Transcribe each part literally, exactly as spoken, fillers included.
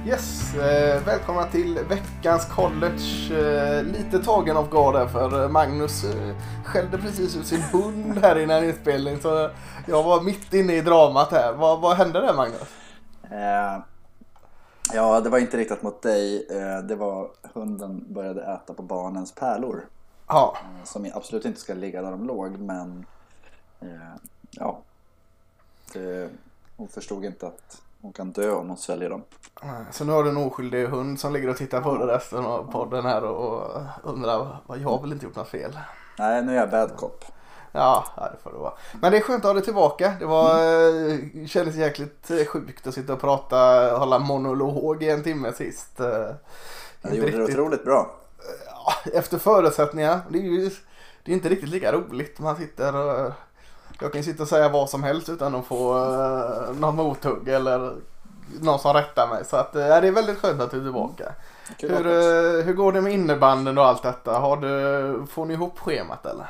Yes, eh, välkomna till veckans college. Eh, lite tagen av guard där för Magnus eh, skällde precis ut sin hund här innan inspelning. Så jag var mitt inne i dramat här. Vad, vad hände där, Magnus? Eh, ja, det var inte riktat mot dig. Eh, det var hunden började äta på barnens pärlor. Ja. Eh, som absolut inte ska ligga där de låg, men eh, ja, det, hon förstod inte att hon kan dö om hon sväljer dem. Så nu har du en oskyldig hund som ligger och tittar på det resten av podden här och undrar vad jag har väl inte gjort något fel. Nej, nu är jag bad cop. Ja, det får det vara. Men det är skönt att ha det tillbaka. Det var, mm. kändes jäkligt sjukt att sitta och prata, hålla monolog i en timme sist. Ja, det gjorde riktigt, det otroligt bra. Ja, efter förutsättningar. Det är ju det är inte riktigt lika roligt. Man sitter och, jag kan sitta och säga vad som helst utan att få uh, någon mothugg eller någon som rättar mig. Så att, uh, det är väldigt skönt att du är tillbaka. Mm. Hur, uh, hur går det med innebanden och allt detta? Har du, får ni ihop schemat eller?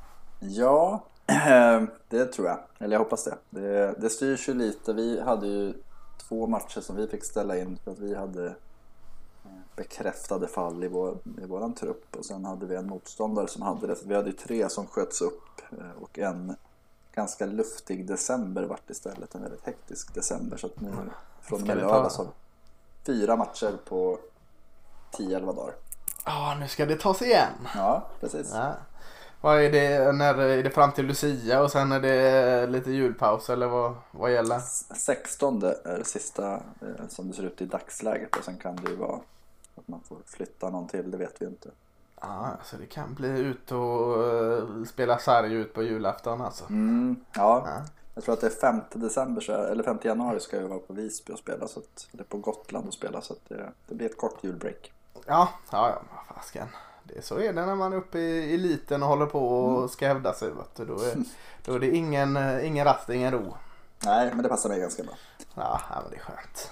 Ja, det tror jag. Eller jag hoppas det. det. Det styrs ju lite. Vi hade ju två matcher som vi fick ställa in för att vi hade bekräftade fall i, vår, i våran trupp. Och sen hade vi en motståndare som hade det. Vi hade ju tre som sköts upp och en ganska luftig december vart istället en väldigt hektisk december. Så att nu från och med lördag så fyra matcher på tio elva dagar. Ja, nu ska det tas igen. Ja, precis. Ja. Vad är det, när är det fram till Lucia och sen är det lite julpaus eller vad, vad gäller? sextonde är det sista eh, som det ser ut i dagsläget och sen kan det ju vara att man får flytta någon till, det vet vi inte. Ja, så det kan bli ut och uh, spela sarg ut på julafton alltså. Mm, ja. ja, jag tror att det är femte december så, eller femte januari ska jag vara på Visby och spela så att, eller på Gotland och spela så att det, det blir ett kort julbreak. Ja, ja, ja, fasken. Det är så är det när man är uppe i eliten och håller på och mm. ska hävda sig. Då är, då är det ingen, ingen rast, ingen ro. Nej, men det passar mig ganska bra. Ja, men det är skönt.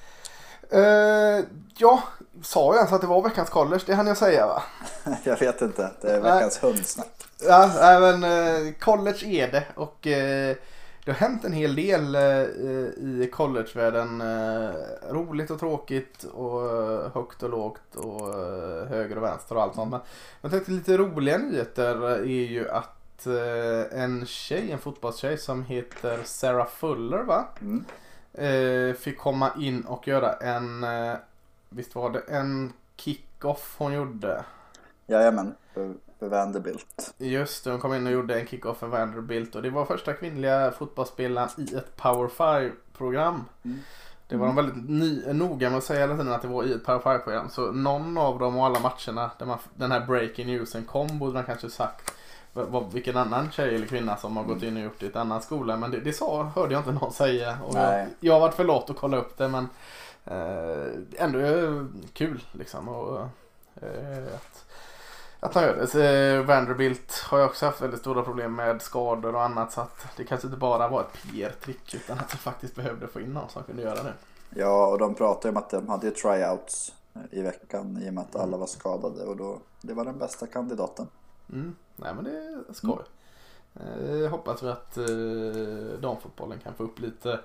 Uh, ja, sa jag ens att det var veckans college? Det hann jag säga, va? Jag vet inte, det är veckans Nej. hundsnack. Ja, men uh, college är det. Och uh, det har hänt en hel del uh, i collegevärlden. Uh, roligt och tråkigt och uh, högt och lågt och uh, höger och vänster och allt sånt. Men jag tänkte lite roliga nyheter är ju att uh, en tjej, en fotbollstjej som heter Sarah Fuller, va? Mm. Uh, fick komma in och göra en, uh, visst var det en kick-off hon gjorde? Jajamän, för, för Vanderbilt. Just det, hon kom in och gjorde en kick-off för Vanderbilt och det var första kvinnliga fotbollsspelaren i ett Power five-program. Mm. Det var de väldigt ny, noga med att säga hela tiden att det var i ett Power five-program. Så någon av dem och alla matcherna där man, den här breaking newsen kom borde man kanske sagt vad, vilken annan tjej eller kvinna som har gått in och gjort det i ett annan skola. Men det, det sa, hörde jag inte någon säga. Och jag, jag har varit för låt att kolla upp det, men eh, ändå kul liksom. Och, eh, att, att han gör det. Så, eh, Vanderbilt har jag också haft väldigt stora problem med skador och annat. Så att det kanske inte bara var ett P R-trick utan att de faktiskt behövde få in någon som kunde göra det. Ja, och de pratade om att de hade tryouts i veckan i och med att alla var skadade. Och då, det var den bästa kandidaten. Mm. Nej, men det är skoj. Mm. Jag hoppas vi att eh, damfotbollen kan få upp lite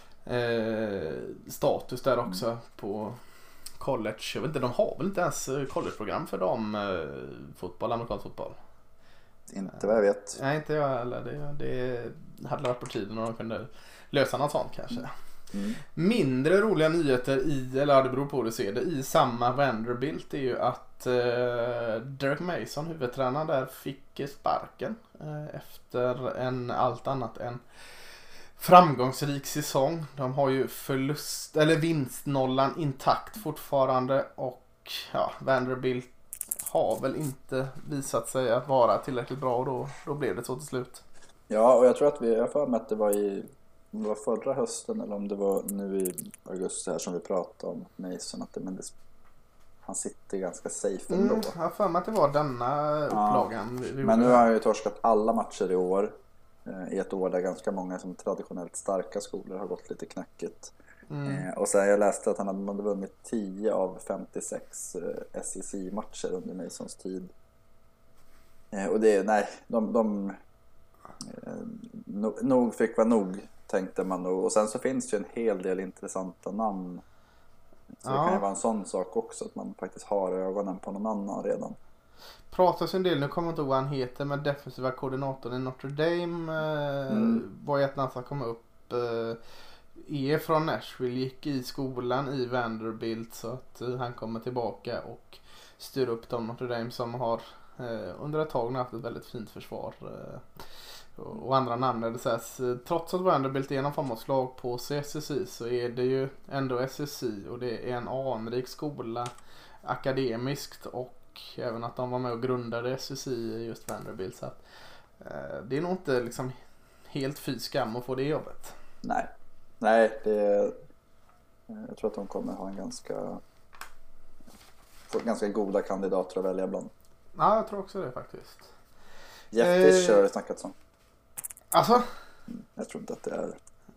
eh, status där också mm. på college. Jag vet inte, de har väl inte ens collegeprogram för damfotboll, amerikansk fotboll? Inte vad jag vet. Nej, inte jag heller. Det, det hade varit på tiden om de kunde lösa något sånt kanske. Mm. Mm. Mindre roliga nyheter i, eller det beror på hur du ser det, i samma Vanderbilt är ju att eh, Derek Mason, huvudtränaren där, fick sparken eh, efter en allt annat än framgångsrik säsong. De har ju förlust eller vinstnollan intakt fortfarande och ja, Vanderbilt har väl inte visat sig att vara tillräckligt bra och då, då blev det så till slut. Ja, och jag tror att vi, jag för mig att det var i om det var förra hösten eller om det var nu i augusti här som vi pratade om Mason, att det, men det, han sitter ganska safe ändå. Mm, jag för mig att det var denna upplagan. Ja, men nu har han ju torskat alla matcher i år. Eh, I ett år där ganska många som traditionellt starka skolor har gått lite knackigt. Mm. Eh, och sen jag läste att han hade, hade vunnit tio av femtiosex eh, S E C-matcher under Masons tid. Eh, och det, nej, de... de eh, no, nog fick vara nog, tänkte man nog. Och sen så finns det ju en hel del intressanta namn Så ja. Det kan ju vara en sån sak också, att man faktiskt har ögonen på någon annan redan. Pratas en del, nu kommer jag inte ihåg vad han heter, men defensiva koordinatorn i Notre Dame eh, mm. var ett namn som kom upp. Eh, är från Nashville, gick i skolan i Vanderbilt, så att eh, han kommer tillbaka och styr upp de Notre Dame som har eh, under ett tag haft ett väldigt fint försvar. Eh, och, och andra namn där det sägs, trots att Vanderbilt är någon form av slag på sig S S I, så är det ju ändå S S I och det är en anrik skola akademiskt, och även att de var med och grundade S S I just Vanderbilt, så att eh, det är nog inte liksom helt fy skam att få det jobbet. Nej, nej det är, jag tror att de kommer ha en ganska få ganska goda kandidater att välja bland. Ja, jag tror också det faktiskt. Jeff Fisher har det snackats om. Alltså? Jag tror inte att det är.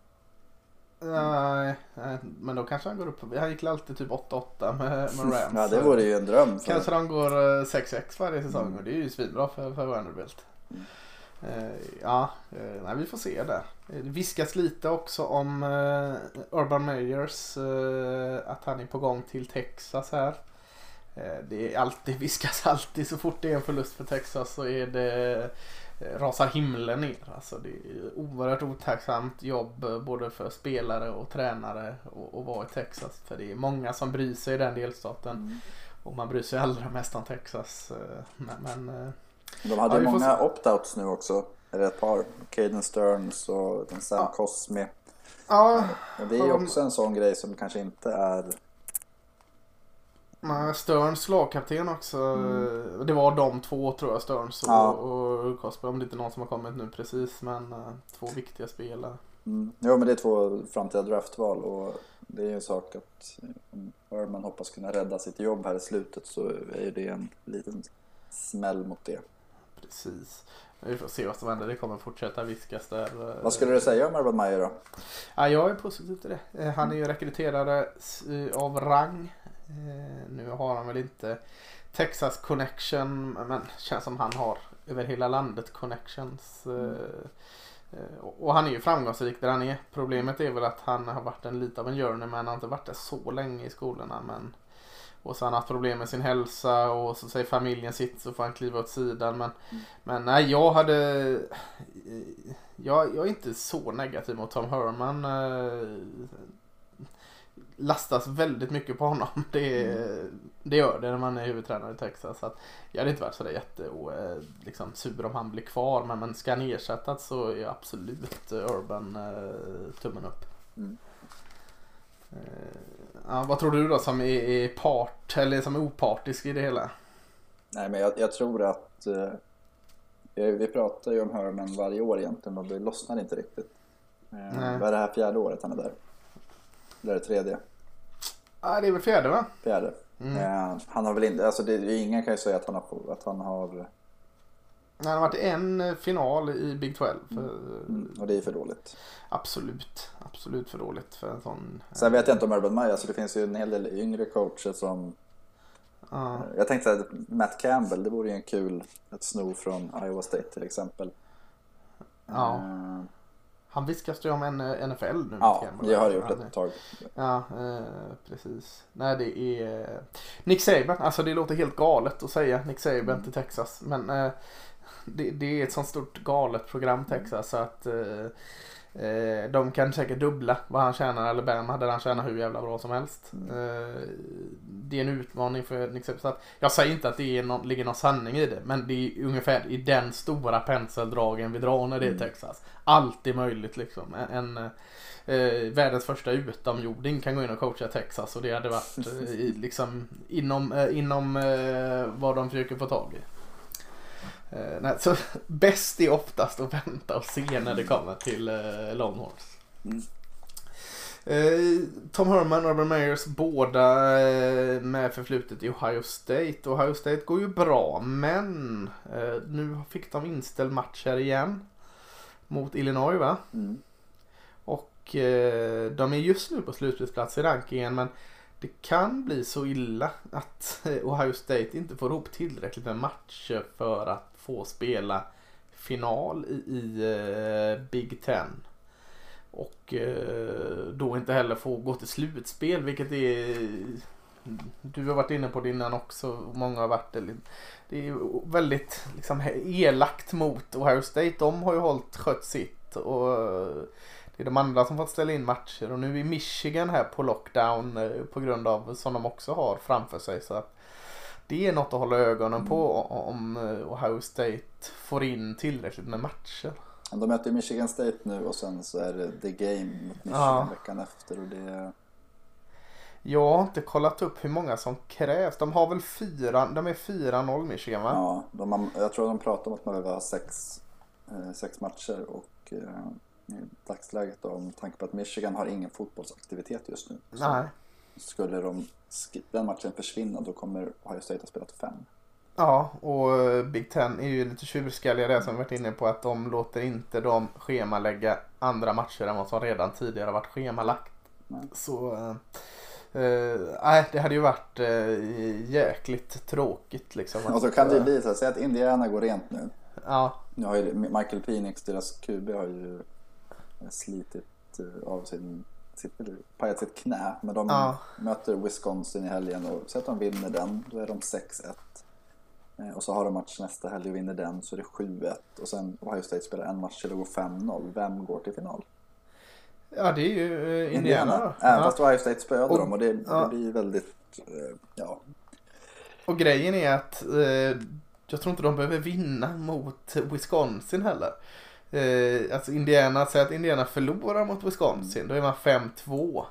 Nej, nej, men då kanske han går upp. Han gick alltid typ åtta åtta med, med Rams. Ja, det vore ju en dröm. För... Kanske de går sex sex varje säsong mm. och det är ju svinbra för, för Vanderbilt. Mm. Uh, ja, uh, nej, vi får se där. Det viskas lite också om uh, Urban Meyers, uh, att han är på gång till Texas här. Uh, det är alltid, viskas alltid så fort det är en förlust för Texas, så är det rasar himlen ner. Alltså det är oerhört otacksamt jobb både för spelare och tränare att vara i Texas, för det är många som bryr sig i den delstaten mm. och man bryr sig allra mest om Texas. Men, men de hade ja, många opt-outs nu också, eller ett par, Caden Stearns och den Sam ja. Cosmi. Ja, och det är ju också en sån grej som kanske inte är. Nej, Stearns lagkapten också. Mm. Det var de två tror jag, Stearns och, ja. och Cosby, om det inte är någon som har kommit nu precis, men uh, två viktiga spelare. Mm. Jo, men det är två framtida draftval, och det är ju en sak att om Urban hoppas kunna rädda sitt jobb här i slutet, så är det en liten smäll mot det. Precis. Vi får se vad som händer, det kommer fortsätta viskas där. Vad skulle du säga om Urban Meyer då? Ja, jag är positiv till det. Han är ju rekryterare av rang. Nu har han väl inte Texas connection, men känns som han har över hela landet connections. Mm. Och han är ju framgångsrik där han är. Problemet är väl att han har varit en lite av en journeyman, han har inte varit där så länge i skolorna, men och så har han haft problem med sin hälsa, och så säger familjen sitt, så får han kliva åt sidan. Men, mm. men nej, jag hade jag, jag är inte så negativ mot Tom Herman. Lastas väldigt mycket på honom. Det, mm. det gör det när man är huvudtränare i Texas. Så att jag hade inte varit så där jätte och, liksom, sur om han blir kvar. Men, men ska han ersättas så är absolut Urban eh, tummen upp. Mm. Eh, ja, vad tror du då som är, är part eller som är opartisk i det hela? Nej, men jag, jag tror att eh, vi pratar ju om Herman varje år egentligen, och det lossnar inte riktigt. Eh, vad är det här fjärde året han är där? Eller är det tredje? Ja, det är väl fjärde, va? Fjärde. Mm. Eh, han har väl inte, alltså det, ingen kan ju säga att han har, att han har... Nej, han har varit en final i Big tolv. För... Mm. Och det är för dåligt. Absolut, absolut för dåligt för en sån... Sen vet jag inte om Urban Meyer, alltså det finns ju en hel del yngre coacher som... Uh. Jag tänkte att Matt Campbell, det vore ju en kul ett sno från Iowa State till exempel. Ja. Uh. Han viskas ju om en N F L nu. Ja, jag har gjort ett tag. Ja, eh, precis. Nej, det är Nick Saban. Alltså det låter helt galet att säga Nick Saban mm. till Texas. Men eh, det, det är ett sånt stort galet program Texas, så att eh, eh, de kan säkert dubbla vad han tjänar. Alabama hade han tjänat hur jävla bra som helst. Mm. Eh, det är en utmaning för Nick Saban. Så att jag säger inte att det är någon, ligger någon sanning i det, men det är ungefär i den stora penseldragen vi drar när det är mm. Texas. Allt är möjligt liksom. En, en eh, världens första utomjording kan gå in och coacha Texas, och det hade varit eh, liksom inom, eh, inom eh, vad de försöker få tag i. Eh, nej, så bäst är oftast att vänta och se när det kommer till eh, Longhorns. Mm. Eh, Tom Herman och Urban Meyers, båda eh, med förflutet i Ohio State. Ohio State går ju bra, men eh, nu fick de inställd match här igen mot Illinois, va? Mm. Och eh, de är just nu på slutspelsplats i rankingen, men det kan bli så illa att eh, Ohio State inte får ihop tillräckligt med matcher för att få spela final i, i eh, Big Ten. och eh, då inte heller få gå till slutspel, vilket är, du har varit inne på det innan också, många har varit det, det är väldigt liksom elakt mot Ohio State. De har ju hållit skött sitt och det är de andra som fått ställa in matcher, och nu är Michigan här på lockdown på grund av som de också har framför sig, så att det är något att hålla ögonen på om Ohio State får in tillräckligt med matcher. De möter Michigan State nu och sen så är det The Game mot Michigan ja. veckan efter, och det... Jag har inte kollat upp hur många som krävs. De har väl fyra, de är fyra noll Michigan, va? Ja, de har, jag tror de pratar om att man behöver ha sex, eh, sex matcher, och eh, i dagsläget då, om tanke på att Michigan har ingen fotbollsaktivitet just nu. Nej. Skulle de, den matchen försvinna, då kommer Ohio State att spela till fem. Ja, och Big Ten är ju lite tjurskalliga det som vi varit inne på, att de låter inte de schemalägga andra matcher än vad som redan tidigare har varit schemalagt. Nej. Så nej, uh, uh, det hade ju varit uh, jäkligt tråkigt liksom. Och så kan det ju bli så att säga att Indiana går rent nu. Ja. Nu har ju Michael Penix, deras Q B, har ju slitit uh, av sin sitt, pajat sitt knä, men de ja. möter Wisconsin i helgen, och så att de vinner den, då är de sex ett. Och så har de match nästa helg och vinner den, så är det sju ett. Och sen Ohio State spelar en match till och går fem noll. Vem går till final? Ja, det är ju uh, Indiana. Indiana. Även ja. fast Ohio State spöade och, dem, och det, ja. det blir väldigt uh, ja. Och grejen är att uh, jag tror inte de behöver vinna mot Wisconsin heller. Uh, alltså Indiana, säger att Indiana förlorar mot Wisconsin, mm. då är man fem två.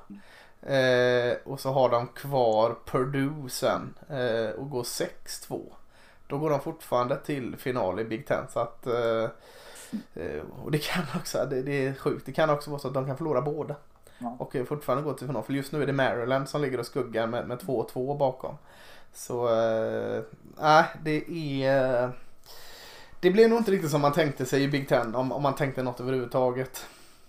Uh, och så har de kvar Purdue sen uh, och går sex två. Då går de fortfarande till final i Big Ten, så att uh, uh, och det kan också, det, det är sjukt, det kan också vara så att de kan förlora båda ja. och uh, fortfarande gå till final, för just nu är det Maryland som ligger och skuggar med, med två två bakom. Så uh, uh, det är uh, det blev nog inte riktigt som man tänkte sig i Big Ten, om, om man tänkte något överhuvudtaget.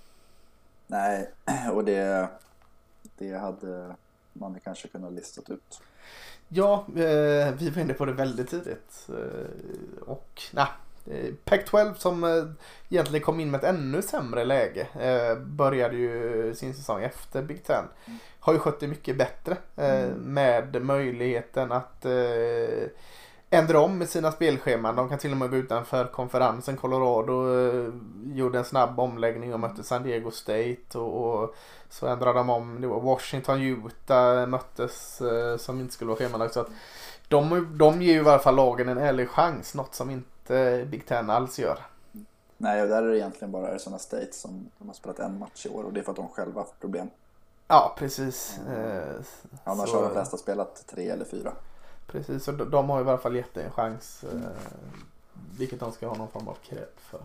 Nej, och det det hade man kanske kunnat listat ut. Ja, eh, vi var inne på det väldigt tidigt. Eh, och nej, eh, Pac tolv som eh, egentligen kom in med ett ännu sämre läge. Eh, började ju sin säsong efter Big Ten. Mm. Har ju skött det mycket bättre eh, mm. med möjligheten att eh, ändra om med sina spelscheman. De kan till och med gå utanför konferensen. Colorado eh, gjorde en snabb omläggning och mötte San Diego State, och, och så ändrade de om. Det var Washington, Utah möttes eh, som inte skulle vara schemalagt. Så att de, de ger ju i alla fall lagen en ärlig chans, något som inte Big Ten alls gör. Nej, och där är det egentligen bara Arizona State som de har spelat en match i år, och det är för att de själva har haft problem. Ja, precis. Mm. Eh, Annars så... har de flesta spelat tre eller fyra. Precis, så de, de har i alla fall gett en chans, eh, vilket de ska ha någon form av cred för.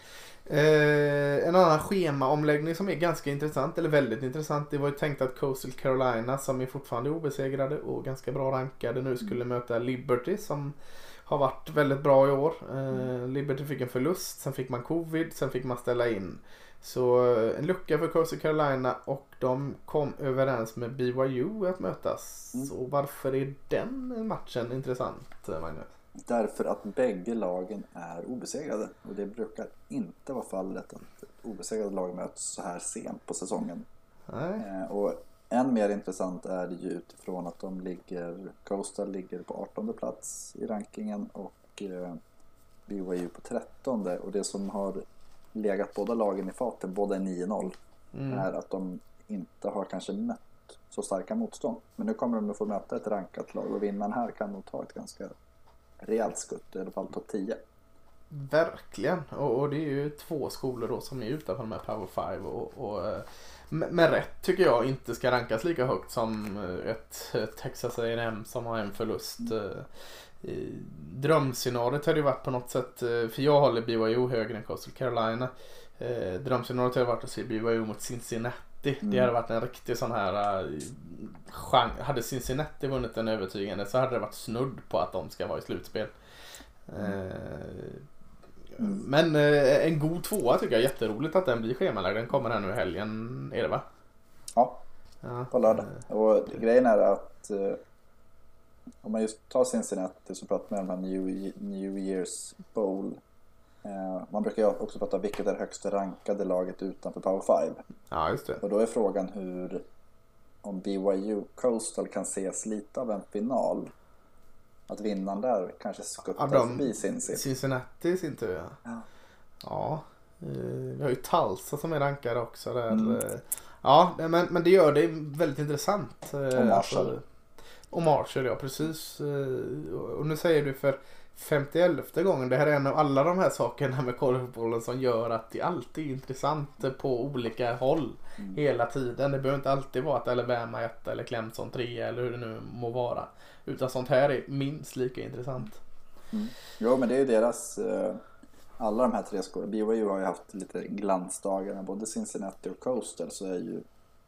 Eh, en annan schemaomläggning som är ganska intressant, eller väldigt intressant, det var ju tänkt att Coastal Carolina, som är fortfarande obesegrade och ganska bra rankade, nu skulle möta Liberty, som har varit väldigt bra i år. Eh, Liberty fick en förlust, sen fick man covid, sen fick man ställa in. Så en lucka för Coastal Carolina, och de kom överens med B Y U att mötas. Mm. Så varför är den matchen intressant, Magnus? Därför att bägge lagen är obesegrade, och det brukar inte vara fallet att obesegrade lag möts så här sent på säsongen. Nej. Eh, och än mer intressant är det ju utifrån att de ligger, Coastal ligger på artonde plats i rankingen och eh, B Y U på trettonde, och det som har legat båda lagen i faten, båda är nio noll, mm. är att de inte har kanske mött så starka motstånd. Men nu kommer de att få möta ett rankat lag, och vinnaren här kan nog ta ett ganska rejält skutt, i alla fall topp tio. Verkligen, och, och det är ju två skolor då som är utanför de här Power five, och, och med, med rätt tycker jag inte ska rankas lika högt som ett, ett Texas A and M som har en förlust. Mm. Drömscenariot hade ju varit på något sätt, för jag håller B Y U högre än Coastal Carolina. Drömscenariot hade varit att se B Y U mot Cincinnati. Mm. Det hade varit en riktig sån här chans. Hade Cincinnati vunnit en övertygande, så hade det varit snudd på att de ska vara i slutspel. Mm. Mm. Men en god tvåa tycker jag, jätteroligt att den blir schemalagd. Den kommer här nu i helgen, är det va? Ja, ja. På lördag. Och grejen är att om man just tar Cincinnati, så pratar man om New, New Year's Bowl. Eh, man brukar ju också prata om vilket är högst rankade laget utanför Power five. Ja, just det. Och då är frågan hur, om B Y U Coastal kan ses lite av en final. Att vinnaren där kanske skuttar Ja, de- förbi Cincy. Cincinnati i sin tur, ja. Ja. Ja, eh, vi har ju Tulsa som är rankade också där. Mm. eh. Ja, men, men det gör det väldigt intressant. eh, Och Marshall. alltså- och Marshall, ja, precis. eh, Och nu säger du för femtioelfte gången, det här är en av alla de här sakerna med korfbollen som gör att det alltid är intressant på olika håll Mm. hela tiden. Det behöver inte alltid vara att Alabama ett eller Clemson tre eller hur det nu må vara. Utan sånt här är minst lika intressant. Mm. Jo, men det är ju deras... Eh, alla de här tre skolorna. B Y U har ju haft lite glansdagar. Både Cincinnati och Coastal så är ju...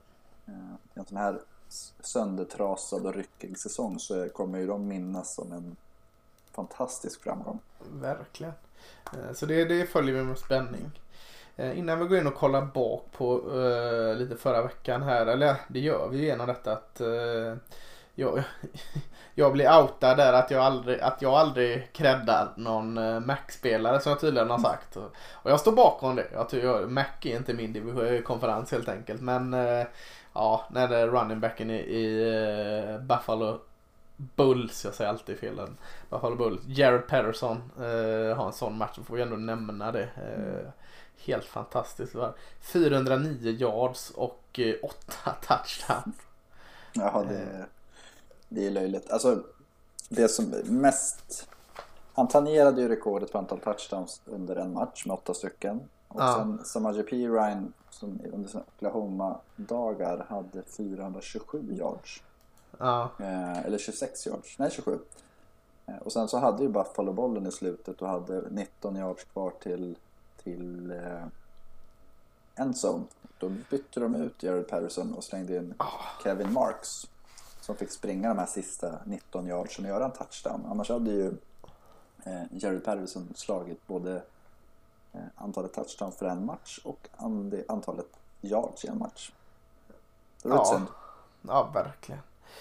Eh, en sån här söndertrasad och ryckig säsong så kommer ju de minnas som en fantastisk framgång. Verkligen. Eh, Så det, det följer vi med spänning. Eh, Innan vi går in och kollar bak på eh, lite förra veckan här, eller ja, det gör vi genom detta att eh, jag, jag blir outad där att jag aldrig, att jag aldrig creddar någon eh, Mac-spelare som jag tydligen har sagt. Och, och jag står bakom det. Jag tycker Mac är inte min division, konferens helt enkelt. Men eh, ja, när det är running backen i, i eh, Buffalo Bulls, jag säger alltid fel än Buffalo Bulls, Jared Patterson eh, har en sån match, så får vi ändå nämna det. Eh, helt fantastiskt. fyrahundranio yards och eh, åtta touchdown. Ja, det, det är löjligt. Alltså, det som mest... Han tangerade ju rekordet på antal touchdowns under en match med åtta stycken. Och Ja. sen Samaje Perine som under sina Oklahoma-dagar hade fyrahundratjugosju yards. Ja, Eh, eller tjugosex yards. Nej, tjugosju. Eh, och sen så hade ju Buffalo bollen i slutet och hade nitton yards kvar till, till eh, endzone. Då bytte de ut Jared Patterson och slängde in Kevin Marks som fick springa de här sista nitton yards och göra en touchdown. Annars hade ju eh, Jared Patterson slagit både eh, antalet touchdown för en match och and- antalet yards i en match. Det var Ja. synd. ja verkligen.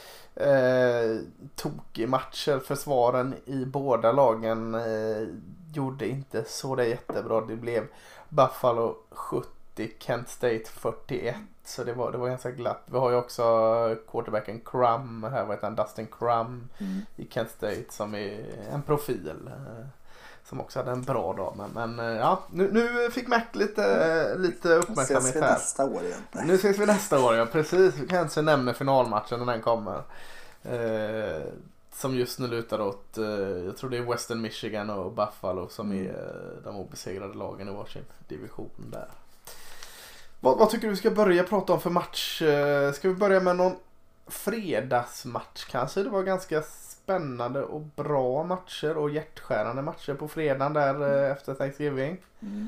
Eh, tokig matcher. Försvaren i båda lagen eh, gjorde inte så det jättebra. Det blev Buffalo sjuttio, Kent State fyrtioett. Så det var, det var ganska glatt. Vi har ju också quarterbacken Crum här, vad heter han? Dustin Crum Mm. i Kent State som är en profil. Eh, som också hade en bra dag. Men, men eh, ja, nu, nu fick Mac lite, lite Nu uppmärksamhet ses vi här. nästa år igen. Nu ses vi nästa år, ja precis. Vi kanske nämner finalmatchen när den kommer. Eh, som just nu lutar åt, eh, jag tror det är Western Michigan och Buffalo som Mm. är eh, de obesegrade lagen i varsin division där. Vad, vad tycker du vi ska börja prata om för match? Eh, ska vi börja med någon fredagsmatch kanske? Det var ganska spännande och bra matcher och hjärtskärande matcher på fredagen där eh, efter Thanksgiving. Mm.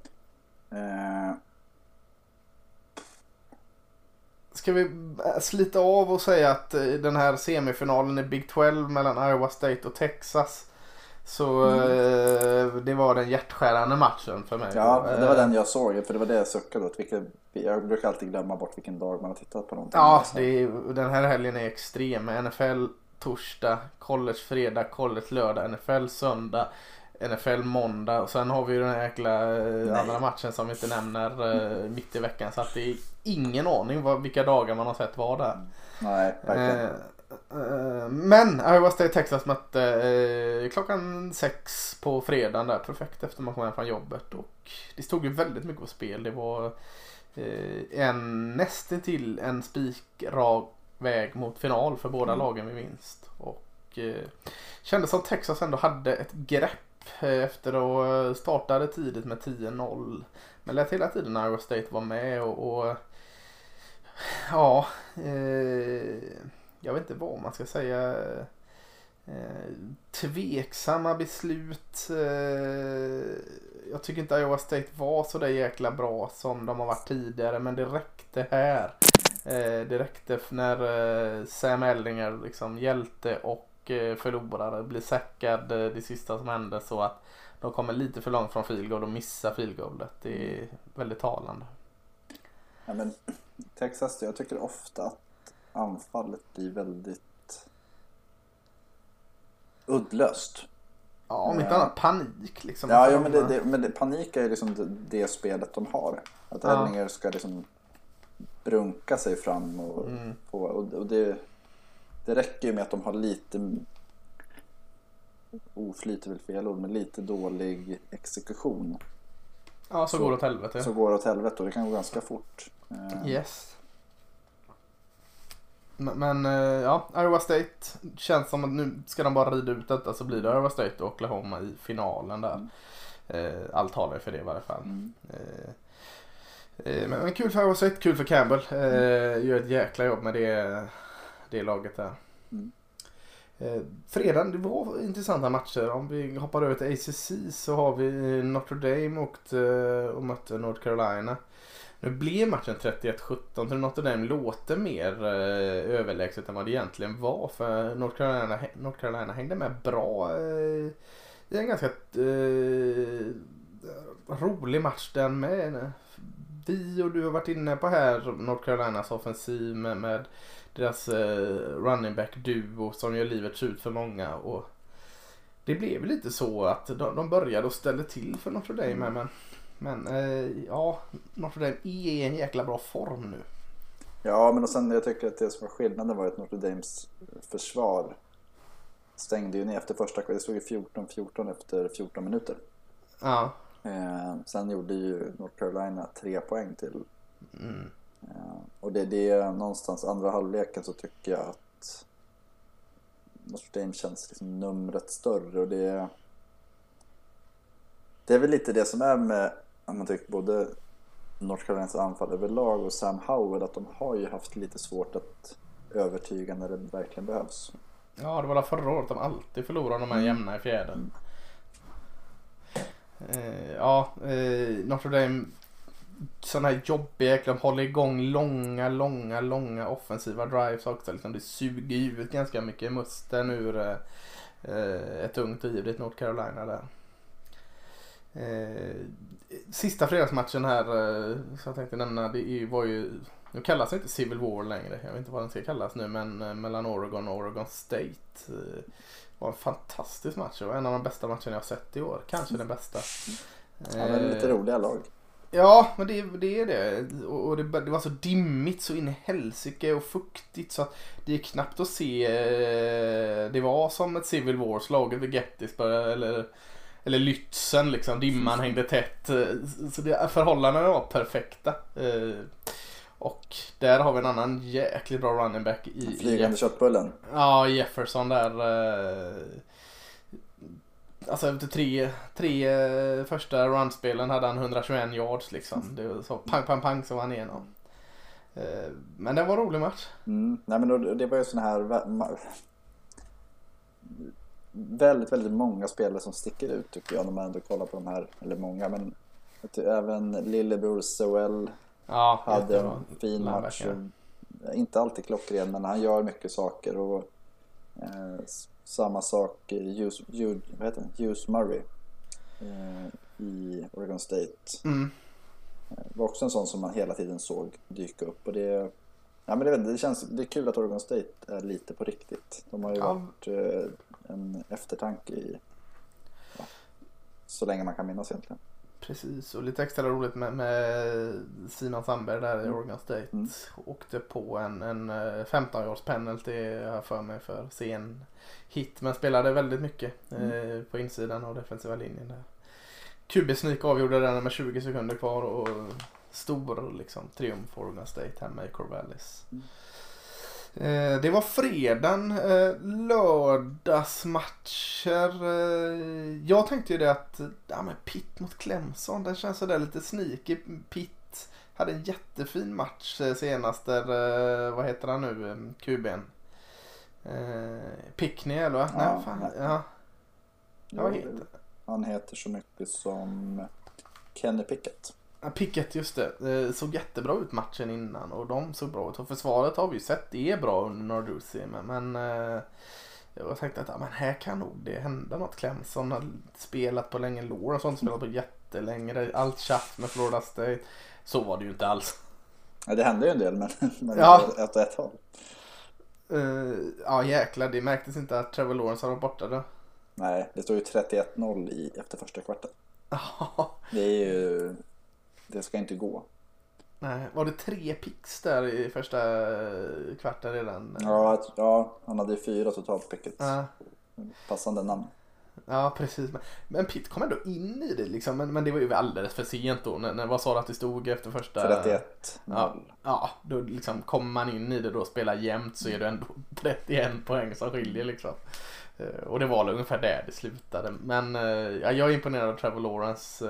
Eh, Ska vi slita av och säga att eh, den här semifinalen i Big tolv mellan Iowa State och Texas, så eh, det var den hjärtskärande matchen för mig. ja, det var Eh, den jag såg, för det var det jag suckade åt. Vilket, jag brukar alltid glömma bort vilken dag man har tittat på någonting. Ja, Alltså. det är, den här helgen är extrem. N F L torsdag, college fredag, college lördag, N F L söndag, N F L måndag och sen har vi ju den här jäkla eh, andra matchen som vi inte nämner eh, mitt i veckan, så att det är ingen aning vad, vilka dagar man har sett var där. Nej, verkligen. Eh, eh, men Iowa State Texas mötte eh, klockan sex på fredagen där, perfekt efter man kom hem från jobbet, och det stod ju väldigt mycket på spel. Det var eh, en nästan till en spikrak väg mot final för båda Mm. lagen med vinst, och eh, kändes som Texas ändå hade ett grepp eh, efter att startade tidigt med tio noll, men lät hela tiden Iowa State var med och, och ja, eh, jag vet inte vad man ska säga. Eh, tveksamma beslut. Eh, jag tycker inte Iowa State var så där jäkla bra som de har varit tidigare, men det räckte här. Eh, det räckte när eh, Sam Ellinger, liksom hjälte och eh, förlorare, blir säckad eh, det sista som hände, så att de kommer lite för långt från field goal och missar field goalet. Det är väldigt talande. Ja, men Texas, jag tycker ofta att anfallet blir väldigt uddlöst. Ja, om inte annat panik liksom. Ja, ja men, det, det, men det, panik är ju liksom det, det spelet de har. Att ja. Ellinger ska liksom brunka sig fram och, mm. på, och, och det, det räcker ju med att de har lite oflyt är väl fel ord, men lite dålig exekution. Ja, så, så går det åt helvete. Så går det åt helvete och det kan gå ganska fort. Yes. Men, men ja, Iowa State känns som att nu ska de bara rida ut detta, så blir det Iowa State och Oklahoma i finalen där. Mm. Allt talar för det i varje fall. Mm. Men, men kul för Iowa State, kul för Campbell. Mm. Gör ett jäkla jobb med det, det laget där. Mm. Fredagen, det var intressanta matcher. Om vi hoppar över till A C C så har vi Notre Dame åkt och mötte North Carolina. Nu blev matchen trettioett sjutton, så Notre Dame låter mer eh, överlägset än vad det egentligen var. För North Carolina, North Carolina hängde med bra eh, i en ganska eh, rolig match den med. Vi och du har varit inne på här North Carolinas offensiv med, med deras eh, running back duo som gör livet ut för många. Och det blev lite så att de, de började och ställde till för Notre Dame med, men Men eh, ja, Notre Dame är i en jäkla bra form nu. Ja, men och sen jag tycker att det som var skillnaden var att Notre Dames försvar stängde ju ner efter första kvarten. Det stod ju fjorton fjorton efter fjorton minuter. Ja. Eh, sen gjorde ju North Carolina tre poäng till. Mm. Eh, och det, det är någonstans andra halvleken så tycker jag att Notre Dame känns liksom numret större. Och det, det är väl lite det som är med, om man tycker både North Carolinas anfall överlag och Sam Howell, att de har ju haft lite svårt att övertyga när det verkligen behövs. Ja, det var där förra året de alltid förlorar de här jämna i fjärden. Mm. Eh, ja, eh, Notre Dame sådana här jobbiga, de håller igång långa, långa, långa offensiva drives också. Liksom det suger ut ganska mycket musten ur eh, ett ungt och ivrigt North Carolina där. Eh, sista fredagsmatchen här eh, så jag tänkte nämna, det var ju, nu kallas det inte Civil War längre, jag vet inte vad den ska kallas nu, men eh, mellan Oregon och Oregon State eh, var en fantastisk match och en av de bästa matcherna jag har sett i år, kanske den bästa. Ja, det är lite roliga lag. Ja, men det, det är det. Och, och det, det var så dimmigt, så in i helsike och fuktigt så att det är knappt att se. Det var som ett Civil War slaget vid Gettysburg eller eller Lützen liksom, dimman mm. hängde tätt. Så det, förhållandena var perfekta. Och där har vi en annan jäkligt bra running back i flygande köttbullen. Ja, Jefferson där. Alltså efter tre, tre första runspelen hade han hundratjugoett yards liksom. Det var så pang pang pang så var han igenom. Men det var en rolig match. Mm. Nej, men det var ju sån här väldigt väldigt många spelare som sticker ut tycker jag när man ändå kollar på de här, eller många, men även lillebror Sewell ja, hade en fin match. Inte alltid klockren, men han gör mycket saker och eh, samma sak Hughes, Hughes, vad heter det? Hughes Murray eh, i Oregon State. Mm. Det var också en sån som man hela tiden såg dyka upp och det, ja, men det, det känns, det är kul att Oregon State är lite på riktigt. De har ju ja. varit eh, en eftertanke i ja, så länge man kan minnas egentligen. Precis, och lite extra roligt med, med Simon Sandberg där i mm. Oregon State. Mm. Åkte på en, en femton-års penalty här för mig för sen hit, men spelade väldigt mycket mm. eh, på insidan av defensiva linjen där. Q B-sneak avgjorde den med tjugo sekunder kvar och stor liksom, triumf för Oregon State hemma i Corvallis. Mm. Eh, det var fredagen, eh, lördagsmatcher. Eh, jag tänkte ju det att ja, men Pitt mot Clemson, den känns så där lite sneaky. Pitt hade en jättefin match eh, senast där, eh, vad heter han nu, Q B:n? Eh, Pickney eller va? Ja, nej, fan, ja. Ja, vad heter? Han heter så mycket som Kenny Pickett. Pickett, just det. det. Såg jättebra ut matchen innan och de såg bra ut. Och försvaret har vi ju sett, det är bra under Narduzzi. Men, men eh, jag tänkte att ja, men här kan nog det hända något. Clemson har spelat på länge, Lawrence har inte spelat på jättelänge. Allt tjaff med Florida State. Så var det ju inte alls. Ja, det hände ju en del, men, men ja. ett och ett håll. Uh, ja, jäklar. Det märktes inte att Trevor Lawrence var borta då. Nej, det står ju trettioett noll i efter första kvarten. Det är ju... Det ska inte gå. Nej, var det tre picks där i första kvarten redan? Ja, ja han hade ju fyra totalt picket. Ja. Passande namn. Ja, precis. Men, men Pitt kom ändå in i det liksom. Men, men det var ju alldeles för sent då. När, när vad sa du att det stod efter första... trettioett noll. Ja, ja, då liksom kommer man in i det då och spelar jämnt så är det ändå trettioen poäng som skiljer liksom. Och det var ungefär där det slutade. Men ja, jag är imponerad av Trevor Lawrence.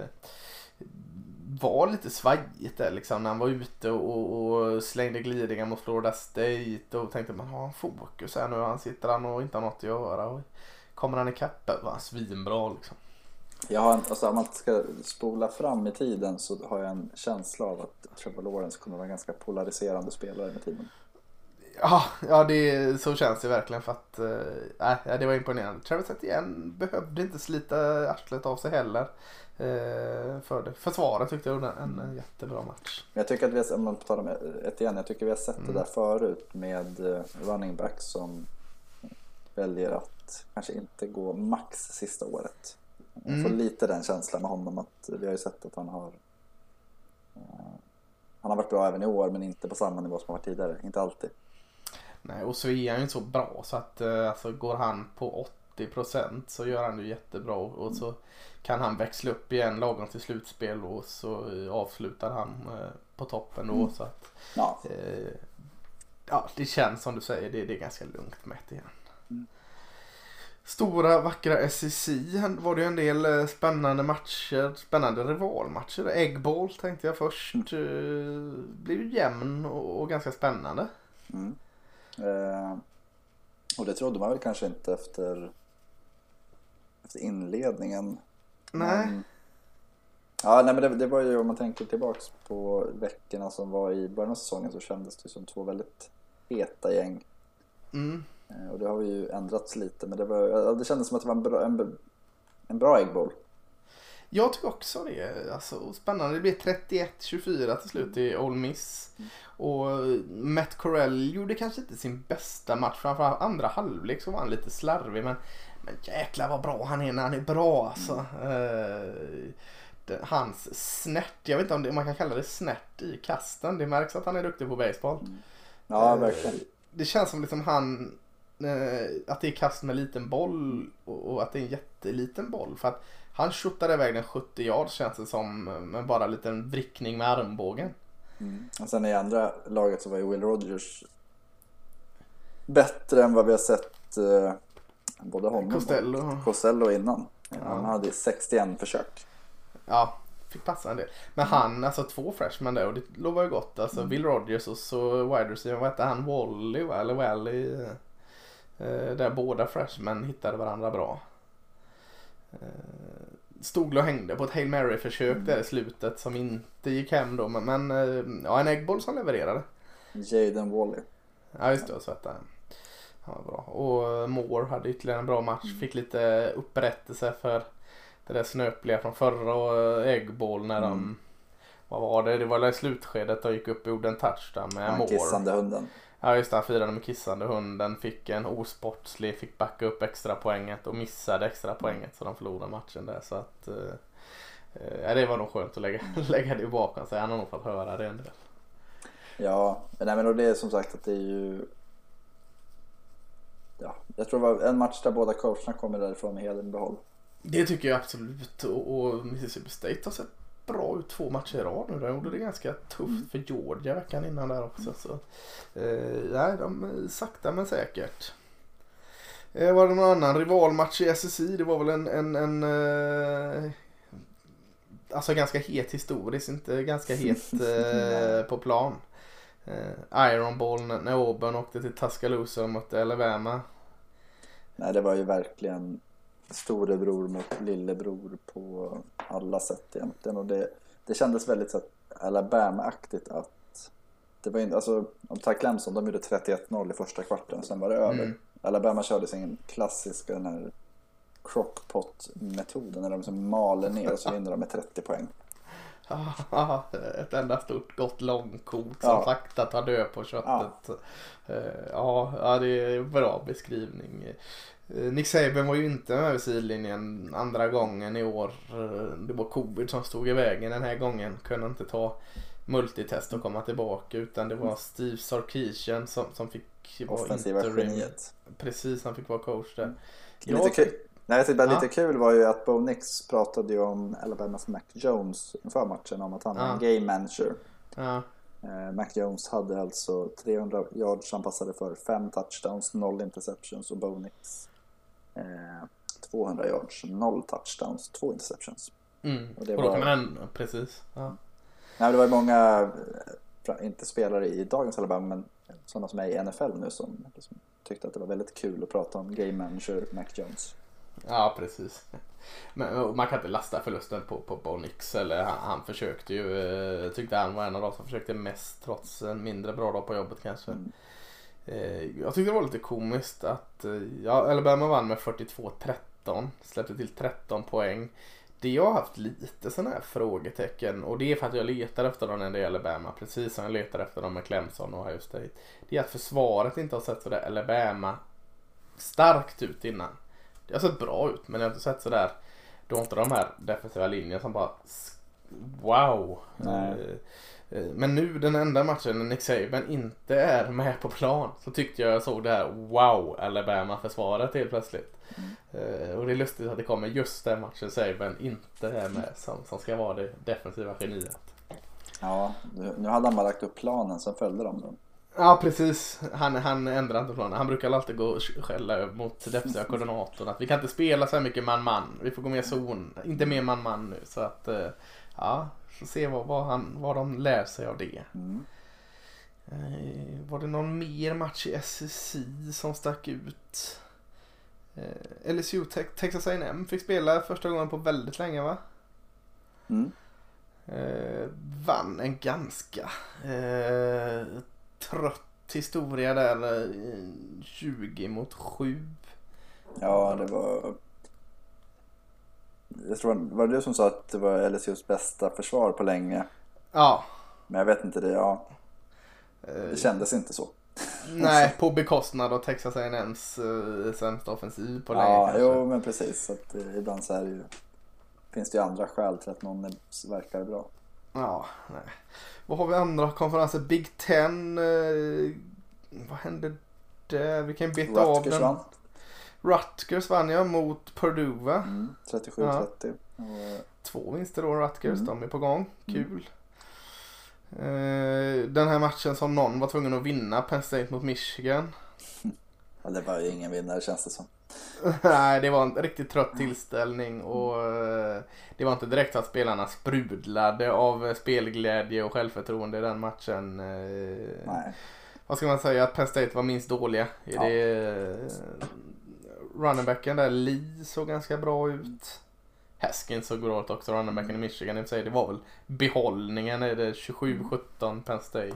Var lite svajigt där liksom när han var ute och, och slängde glidningar mot Florida State och tänkte man har fokus här nu. Han sitter han och inte har något att göra. Och kommer han ikapp var han svinbra liksom. Jag har en, alltså, om man ska spola fram i tiden så har jag en känsla av att Trevor Lawrence kommer vara en ganska polariserande spelare med tiden. Ja, ja det, så känns det verkligen för att äh, det var imponerande. Travis Etienne behövde inte slita arslet av sig heller äh, för det. Försvaret tyckte jag var en, en jättebra match. Jag tycker att vi har, om man talar med Etienne, jag tycker vi har sett mm. det där förut med running back som väljer att kanske inte gå max sista året. Jag får mm. lite den känslan med honom att vi har ju sett att han har uh, han har varit bra även i år men inte på samma nivå som han var tidigare, inte alltid. Nej, och så är han ju inte så bra så att uh, alltså, går han på åttio procent så gör han det jättebra och mm. så kan han växla upp igen lagom till slutspel och så uh, avslutar han uh, på toppen då mm. så att ja. Uh, ja, det känns som du säger, det, det är ganska lugnt med det igen. Mm. Stora vackra S E C var det ju en del spännande matcher, spännande rivalmatcher. Egg Bowl tänkte jag först. Mm. Blev ju jämn och, och ganska spännande. Mm. Eh, och det trodde man väl kanske inte efter, efter inledningen. Nej. Men, ja, nej men det, det var ju, om man tänker tillbaks på veckorna som var i början av säsongen så kändes det som två väldigt heta gäng. Mm. Och det har vi ju ändrats lite. Men det, var, det kändes som att det var en bra, en, en bra Egg Bowl. Jag tycker också det. Alltså, spännande. Det blev trettioett tjugofyra till slut i Ole Miss. Mm. Och Matt Corral gjorde kanske inte sin bästa match. Framförallt andra halvlek så var han lite slarvig. Men, men jäklar vad bra han är när han är bra. Alltså. Mm. Uh, det, hans snärt. Jag vet inte om det, man kan kalla det snärt i kasten. Det märks att han är duktig på baseball. Mm. Ja, verkligen. Uh, det känns som liksom han... att det är kast med liten boll och att det är en jätteliten boll för att han skjuttade iväg den sjuttio yards känns det som med bara en liten vrickning med armbågen. Mm. Och sen i andra laget så var ju Will Rogers bättre än vad vi har sett eh, både honom Costello. och Costello innan. Ja. Han hade sextioen försök. Ja, fick passa en del. Men han, alltså två freshmen där och det lovar ju gott. Alltså mm. Will Rogers och så wide receiver, vad heter han? Wally va? Eller Wally? Där båda freshmen hittade varandra bra. Stod och hängde på ett Hail Mary-försök mm. där i slutet som inte gick hem då. Men, men ja, en äggboll som levererade. Jaden Wally. Ja, just det. Så att han var bra. Och Moore hade ytterligare en bra match. Mm. Fick lite upprättelse för det där snöpliga från förra äggboll när mm. de... Vad var det? Det var i slutskedet och gick upp och gjorde en touchdown med ja, Moore. Kissande hunden. Ja just det, han firade med kissande hunden, fick en osportslig, fick backa upp extra poänget och missade extra poänget så de förlorade matchen där så att eh, det var nog skönt att lägga, lägga det bakom sig, han har nog fått höra det en del. Ja, nej men det är som sagt att det är ju ja, jag tror det var en match där båda coacherna kommer därifrån med hela behåll. Det tycker jag absolut och, och Mississippi State har sett bra ut två matcher i rad nu. De gjorde det ganska tufft för Georgia veckan innan där också. Så, eh, nej, de sakta men säkert. Eh, var det någon annan rivalmatch i S S I? Det var väl en, en, en eh, alltså ganska het historiskt, inte ganska het eh, på plan. Eh, Iron Bowl när Auburn åkte till Tuscaloosa och mötte Alabama. Nej, det var ju verkligen storebror mot lillebror på alla sätt egentligen och det, det kändes väldigt så Alabama-aktigt att det var inte, alltså om tar Clemson, de gjorde trettioett noll i första kvarten och sen var det över. Mm. Alabama körde sin klassiska den här crockpot-metoden när de liksom maler ner och så vinner de med trettio poäng. Ja, ett enda stort gott långkok som ja. Sakta tar död på köttet. Ja. Ja, ja, det är en bra beskrivning. Nick Saban var ju inte med över sidlinjen andra gången i år. Det var covid som stod i vägen den här gången. Kunde inte ta multitest och komma tillbaka, utan det var Steve Sarkisian som, som fick vara offensiva geniet. Precis, han fick vara coach där. Lite jag kul. Nej, jag tyckte bara ja. lite kul var ju att Bo Nix pratade ju om Alabamas Mac Jones inför matchen, om att han var ja. en game manager. Ja. Uh, Mac Jones hade alltså trehundra yards, han passade för fem touchdowns, noll interceptions, och Bo Nix uh, tvåhundra yards, noll touchdowns, två interceptions. Mm. Och, det och då var... kan man en... precis. Ja. Nej, det var många, inte spelare i dagens Alabama, men sådana som är i N F L nu som, som tyckte att det var väldigt kul att prata om game manager Mac Jones. Ja, precis. Men man kan inte lasta förlusten på, på Bo Nix, eller han, han försökte ju, tyckte han var en av de som försökte mest trots en mindre bra dag på jobbet kanske. Mm. Jag tyckte det var lite komiskt att ja, Alabama vann med fyrtiotvå tretton, släppte till tretton poäng. Det jag har haft lite sådana här frågetecken, och det är för att jag letar efter dem när det gäller Alabama, precis som jag letar efter dem med Clemson och Ohio State. Det är att försvaret inte har sett sådär Alabama starkt ut innan. Det har sett bra ut, men jag har inte sett sådär. Du har inte de här defensiva linjerna som bara wow. Nej. Men nu den enda matchen när Nick Saban inte är med på plan, så tyckte jag jag såg det här wow Alabama-försvaret helt plötsligt. Mm. Och det är lustigt att det kommer just den matchen Saban inte är med som, som ska vara det defensiva geniet. Ja, nu hade han bara lagt upp planen, så följde de den. Ja, precis. Han, han ändrar inte planen. Han brukar alltid gå och skälla mot defensiva koordinatorn att vi kan inte spela så här mycket man-man. Vi får gå mer zon. Inte mer man-man nu. Så att, ja, så se vad, vad, han, vad de lär sig av det. Mm. Eh, var det någon mer match i S E C som stack ut? Eh, L S U Texas A and M fick spela första gången på väldigt länge, va? Mm. Eh, vann en ganska eh, trött historia där, tjugo mot sju. Ja, det var, jag tror var det du som sa att det var L S U:s bästa försvar på länge. Ja. Men jag vet inte det, ja. Det kändes inte så. Nej, på bekostnad av Texas A and M:s uh, sämsta offensiv på länge. Ja, kanske. Jo, men precis. Så att, uh, ibland så är det ju, finns det ju andra skäl till att någon verkar bra. Ja, nej. Vad har vi andra konferenser? Big Ten. Uh, vad hände där? Vi kan beta av den. Vann. Rutgers vann jag mot Purdue, va? Mm, trettiosju trettio. Ja. Och... Två vinster då, Rutgers. Mm. De är på gång. Kul. Mm. Den här matchen som någon var tvungen att vinna, Penn State mot Michigan. Ja, det var ju ingen vinnare, känns det som. Nej, det var en riktigt trött tillställning, och det var inte direkt att spelarna sprudlade av spelglädje och självförtroende i den matchen. Nej. Vad ska man säga, att Penn State var minst dåliga. Är ja. det runningbacken där, Lee, såg ganska bra ut. Haskins såg bra ut också, runningbacken i Michigan. I sig, det var väl behållningen, är det tjugosju sjutton Penn State.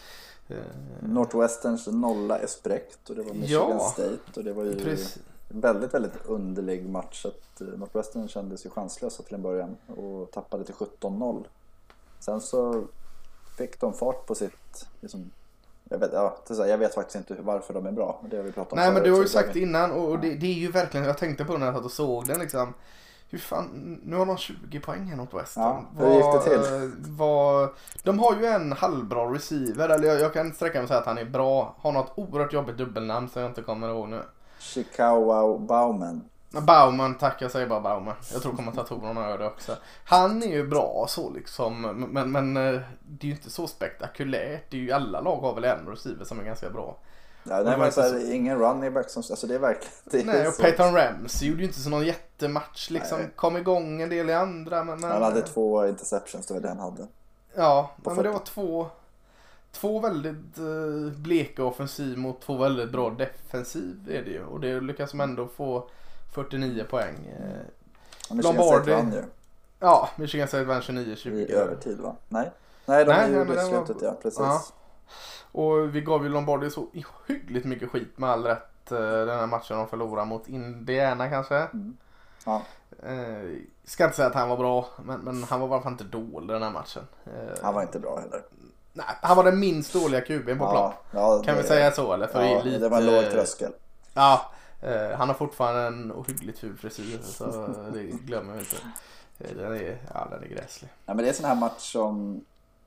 Northwesterns nolla är spräckt, och det var Michigan ja, State, och det var ju precis. En väldigt, väldigt underlig match. Att Northwestern kändes ju chanslösa till en början och tappade till sjutton noll. Sen så fick de fart på sitt liksom, jag vet, ja, jag vet faktiskt inte varför de är bra. Det har vi pratat om. Nej, men du har ju sagt innan, och det, det är ju verkligen, jag tänkte på när jag satt och såg den liksom. Hur fan, nu har de tjugo poäng här något Western. Ja, hur gick det till? Vad, de har ju en halvbra receiver, eller jag, jag kan sträcka mig och säga att han är bra. Har något oerhört jobbigt dubbelnamn som jag inte kommer ihåg nu. Chicago Bauman. Bauman, tack, jag säger bara Bauman. Jag tror kommentatorerna gör det också. Han är ju bra så liksom, men, men det är ju inte så spektakulärt. Det är ju, alla lag har väl en receiver som är ganska bra. Ja, nej, men så här, ingen running back som, alltså det är verkligen det är nej, och så. Peyton Ramsey gjorde ju inte så någon jättematch liksom, nej. Kom igång en del i andra, men, men han hade två interceptions, det var det han hade. Ja, men det var två två väldigt uh, bleka offensiv mot två väldigt bra defensiv är det ju, och det lyckas man ändå få fyrtionio poäng. Ja, Lombardi. Ja, Michigan State vann tjugonio tjugo. I övertid, va? Nej. Nej, de nej, gjorde nej, slutet, var... ja, precis. Ja. Och vi gav ju Lombardi så hyggligt mycket skit med all rätt den här matchen de förlorade mot Indiana kanske. Mm. Ja. Eh, ska inte säga att han var bra, men, men han var i alla fall inte dålig den här matchen. Eh, han var inte bra heller. Nej, han var den minst dåliga kuben på ja, plan. ja, kan det, vi säga så? Eller? För ja, lite, det var en låg tröskel. Ja, Eh, han har fortfarande en ohyggligt ful frisyr, så det glömmer vi inte. Eh, den är, ja, den är gräslig. Ja, men det är en sån här match som...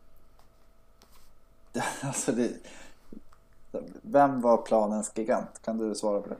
alltså det... Vem var planens gigant? Kan du svara på det?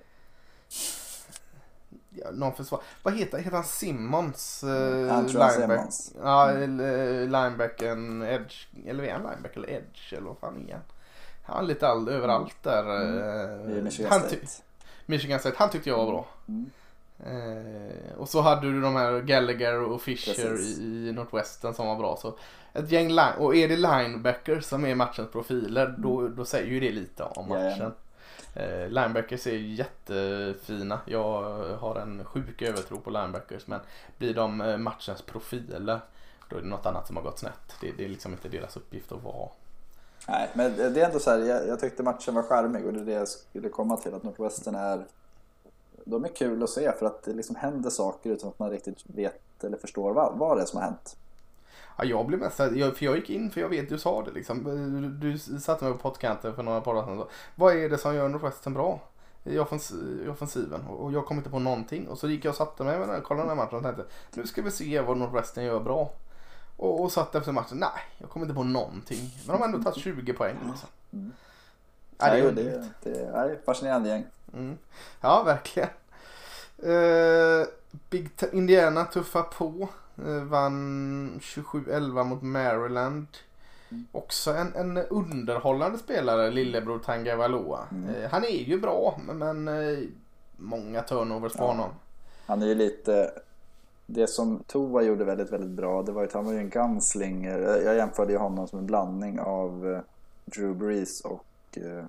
Ja, någon försvar. Vad heter, heter han? Simmons? Eh, Andrew Simmons. Ja, mm. linebacken Edge. Eller är han linebacker eller Edge? Eller vad fan är han? Han är lite all, överallt där. Mm. Michigan han State. Ty- Michigan State. Han tyckte jag var bra. Mm. Eh, och så hade du de här Gallagher och Fisher i, i Northwestern som var bra. Så ett gäng line- och är det linebacker som är matchens profiler, mm. då, då säger ju det lite om matchen. Yeah. Eh, linebackers är jättefina. Jag har en sjuk övertro på linebackers, men blir de matchens profiler, då är det något annat som har gått snett. Det, det är liksom inte deras uppgift att vara. Nej, men det är ändå så här, jag, jag tyckte matchen var charmig, och det är det jag skulle komma till, att Northwestern är, de är kul att se för att det liksom händer saker utan att man riktigt vet eller förstår vad, vad det är som har hänt. Ja, jag blev mest, jag, för jag gick in, för jag vet du sa det liksom. Du, du satte mig på pottkanten för några par dagar sedan. Så, vad är det som gör Northwestern bra i, offens, i offensiven? Och, och jag kom inte på någonting. Och så gick jag och satte mig med den, kollade den här matchen och tänkte, nu ska vi se vad Northwestern gör bra. Och, och satt efter matchen, nej, jag kom inte på någonting. Men de har ändå tagit tjugo poäng. Liksom. Mm. Nej, det, det, det är fascinerande gäng. Mm. Ja, verkligen. Uh, Big T- Indiana tuffar på. Uh, vann tjugosju elva mot Maryland. Mm. Också en, en underhållande spelare, lillebror Tagovailoa. Mm. Uh, han är ju bra, men uh, många turnovers på ja. honom. Han är ju lite... Det som Tua gjorde väldigt, väldigt bra, det var ju att han var ju en gunslinger. Jag jämförde ju honom som en blandning av uh, Drew Brees och... Uh, jag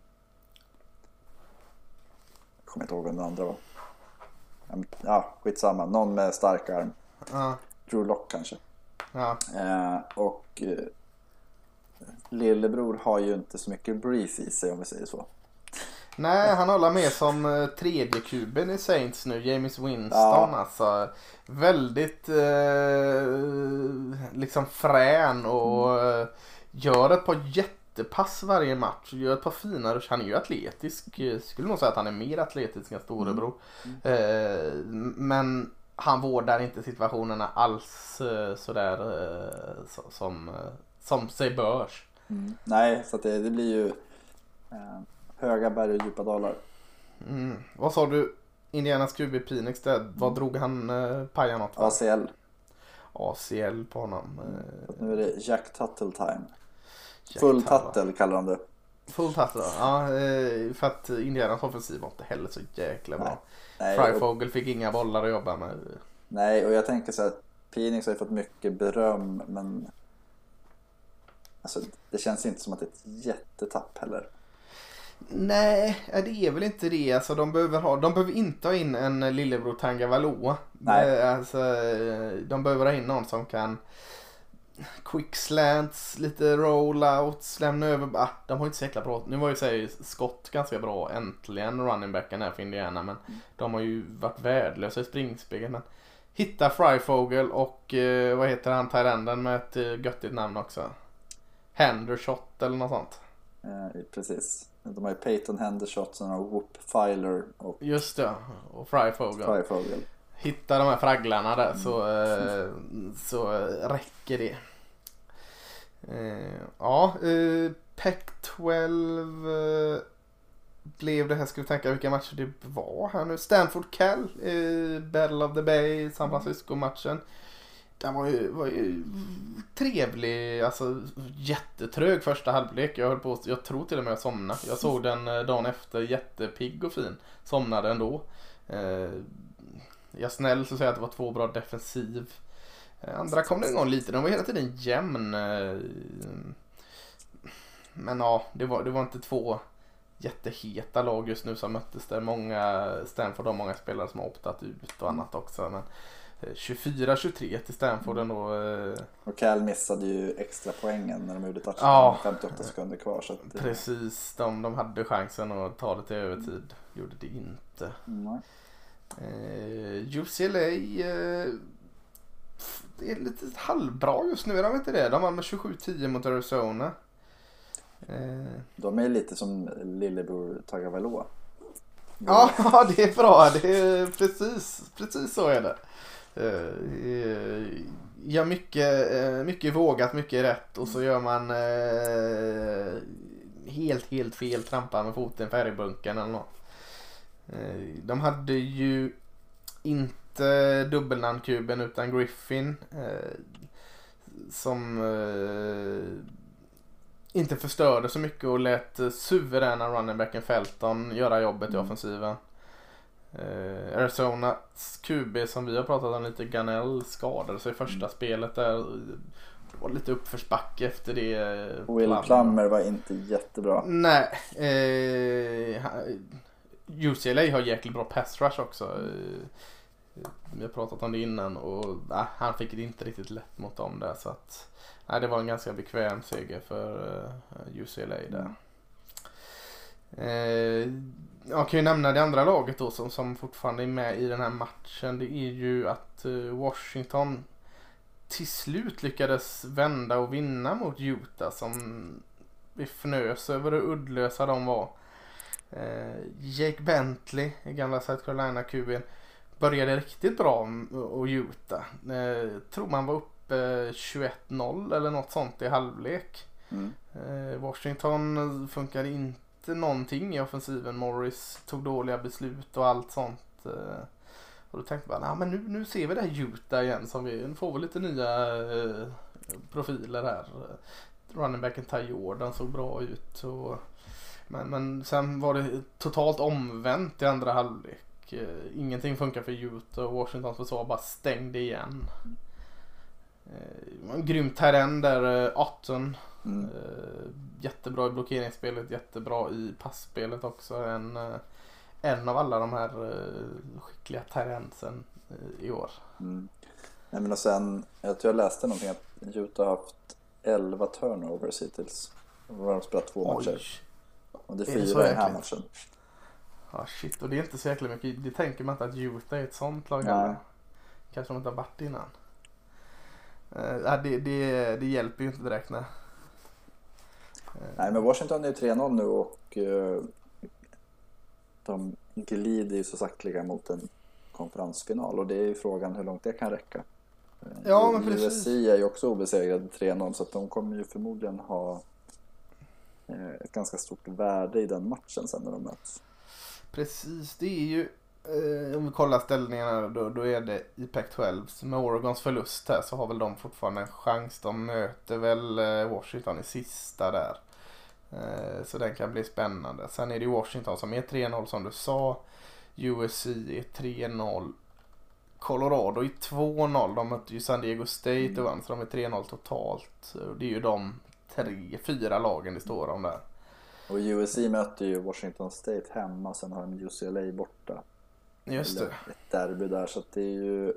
kommer inte ihåg vem den andra var. Ja, skitsamma. Någon med stark arm. Uh. Drew Lock kanske. Uh. Eh, och eh, lillebror har ju inte så mycket Breeze i sig, om vi säger så. Nej, han håller med som uh, tredje kuben i Saints nu. James Winston, ja. Alltså. Väldigt uh, liksom frän och uh, gör ett par jättepass varje match. Gör ett par fina rush. Han är ju atletisk. Skulle nog säga att han är mer atletisk än storebror. Mm. Uh, men han vårdar inte situationerna alls uh, sådär uh, så, som, uh, som sig börs. Mm. Nej, så att det, det blir ju uh, höga berg och djupa dalar. Mm. Vad sa du? Indianas Q B Penix där. Mm. Vad drog han uh, paja något för? A C L. A C L på honom. Uh, nu är det Jack Tuttle time. Jack Full Tuttle kallar de det. Full Tuttle, ja. För att Indianas offensiv var inte heller så jäkla bra. Nej, Fryfogle fick inga bollar att jobba med. Nej, och jag tänker så att Penix har ju fått mycket beröm, men alltså, det känns inte som att det är ett jättetapp heller. Nej, det är väl inte det. Alltså, de, behöver ha, de behöver inte ha in en lillebror Tagovailoa. Nej. Alltså, de behöver ha in någon som kan quick slants, lite rollouts, lämna över. Ah, de har inte så jäkla bra. Nu var ju säg Scott ganska bra äntligen, running backen här för Indiana, men mm. de har ju varit värdelösa i springspegeln. Men hitta Fryfogle och eh, vad heter han, Tyrenden med ett eh, göttigt namn också. Hendershot eller något sånt. Eh, precis. De har ju Peyton Hendershot och Whoop Filer och just det, och Fryfogle. Fryfogle. Hitta de här fragglarna där, mm. så, eh, så räcker det. Eh, ja, eh, Pac tolv eh, blev det här, ska vi tänka vilka matcher det var här nu. Stanford Cal, eh, Battle of the Bay, San Francisco-matchen. Den var ju, var ju trevlig, alltså jättetrög första halvlek. Jag höll på, jag tror till och med jag somnade. Jag såg den dagen efter, jättepigg och fin. Somnade ändå. Eh, jag snäll så säger att det var två bra defensiv. Andra kom det igång lite. De var hela tiden jämn. Men ja, det var, det var inte två jätteheta lag just nu som möttes där. Många Stanford har många spelare som har optat ut och annat också. Men tjugofyra tjugotre till Stanford ändå. Och Cal missade ju extra poängen när de gjorde touchdown. Ja, femtioåtta sekunder kvar. Så att det... Precis, de, de hade chansen att ta det till övertid. Gjorde det inte. Mm. Uh, U C L A uh, det är lite halvbra just nu, är de inte det? De vann med tjugosju tio mot Arizona. Uh, de är lite som lillebror Tagovailoa. Ja, det är bra. Det är precis, precis så är det. Uh, gör mycket, uh, mycket vågat, mycket rätt och så gör man uh, helt, helt fel, trampar med foten färgbunken eller något. Uh, de hade ju inte dubbelnamnkuben utan Griffin uh, som uh, inte förstörde så mycket och lät suveräna runningbacken Felton göra jobbet i offensiven. Uh, Arizonas Q B som vi har pratat om lite, Gunnell skadade sig i första mm. spelet där. Det var lite uppförsbacke efter det. Will Plummer var inte jättebra. Nej. Uh, U C L A har jäkligt bra pass rush också. Uh, vi har pratat om det innan och uh, han fick det inte riktigt lätt mot dem där så att uh, det var en ganska bekväm seger för uh, U C L A där. Uh, Jag kan ju nämna det andra laget då som, som fortfarande är med i den här matchen. Det är ju att uh, Washington till slut lyckades vända och vinna mot Utah som vi fnös över hur uddlösa de var. Uh, Jake Bentley, gamla South Carolina Q B, började riktigt bra och Utah. Uh, tror man var uppe tjugoett noll eller något sånt i halvlek. Mm. Uh, Washington funkade inte någonting i offensiven. Morris tog dåliga beslut och allt sånt. Och då tänkte man, nah, men nu, nu ser vi det här Utah igen som vi får väl lite nya eh, profiler här. Runningbacken Ty Jordan såg bra ut. Och, men, men sen var det totalt omvänt i andra halvlek. Eh, ingenting funkar för Utah och Washingtons försvar bara stängde igen. Eh, en grym terräng där, eh, Otten. Mm. Uh, jättebra i blockeringsspelet, jättebra i passspelet också. En, uh, en av alla de här uh, skickliga terrensen uh, i år. Mm. Nej, men och sen, jag tror jag läste någonting att Utah har haft elva turnovers hittills. Och har de spelat två Oj. matcher. Och det är, är fyra i den här matchen. Ja, ah, shit. Och det är inte så jäkla mycket. Det tänker man inte att Utah är ett sånt lag. Ja. Kanske de inte har varit innan. Uh, det, det, det hjälper ju inte direkt. Nej. Nej, men Washington är ju tre noll nu och uh, de glider ju så sakteliga mot en konferensfinal och det är ju frågan hur långt det kan räcka. Ja, men U S C är ju också obesegrade tre noll så att de kommer ju förmodligen ha uh, ett ganska stort värde i den matchen sen när de möts. Precis, det är ju uh, om vi kollar ställningarna då, då är det i Pac tolv med Oregons förlust här så har väl de fortfarande en chans. De möter väl uh, Washington i sista där. Så den kan bli spännande. Sen är det Washington som är tre noll som du sa. U S C är tre noll. Colorado är två noll. De mötte ju San Diego State mm. och vann så de är tre noll totalt. Det är ju de tre, fyra lagen det står om där. Och U S C möter ju Washington State hemma. Sen har de U C L A borta. Just det. Ett derby där så att det är ju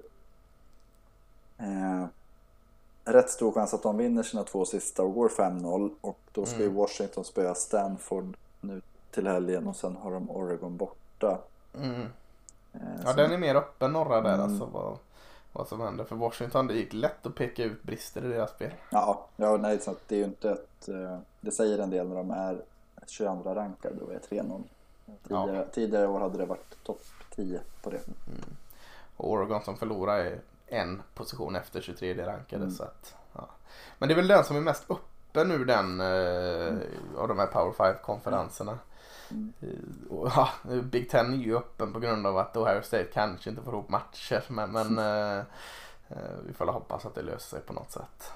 eh, rätt stor chans att de vinner sina två sista och går fem noll och då ska mm. ju Washington spöa Stanford nu till helgen och sen har de Oregon borta. Mm. Eh, ja, den är mer öppen norra där mm. alltså vad, vad som händer för Washington. Det gick lätt att peka ut brister i deras spel. Ja, ja nej, så det är ju inte ett, det säger en del när de är tjugoandra rankade och är tre noll. Tidigare, ja. tidigare år hade det varit topp tio på det. Mm. Och Oregon som förlorar är en position efter tjugotredje rankade mm. så att, ja. Men det är väl den som är mest öppen nu den eh, mm. av de här Power five-konferenserna. Mm. Och, ja, Big Ten är ju öppen på grund av att Ohio State kanske inte får ihop matcher men, men mm. eh, vi får hoppas att det löser sig på något sätt.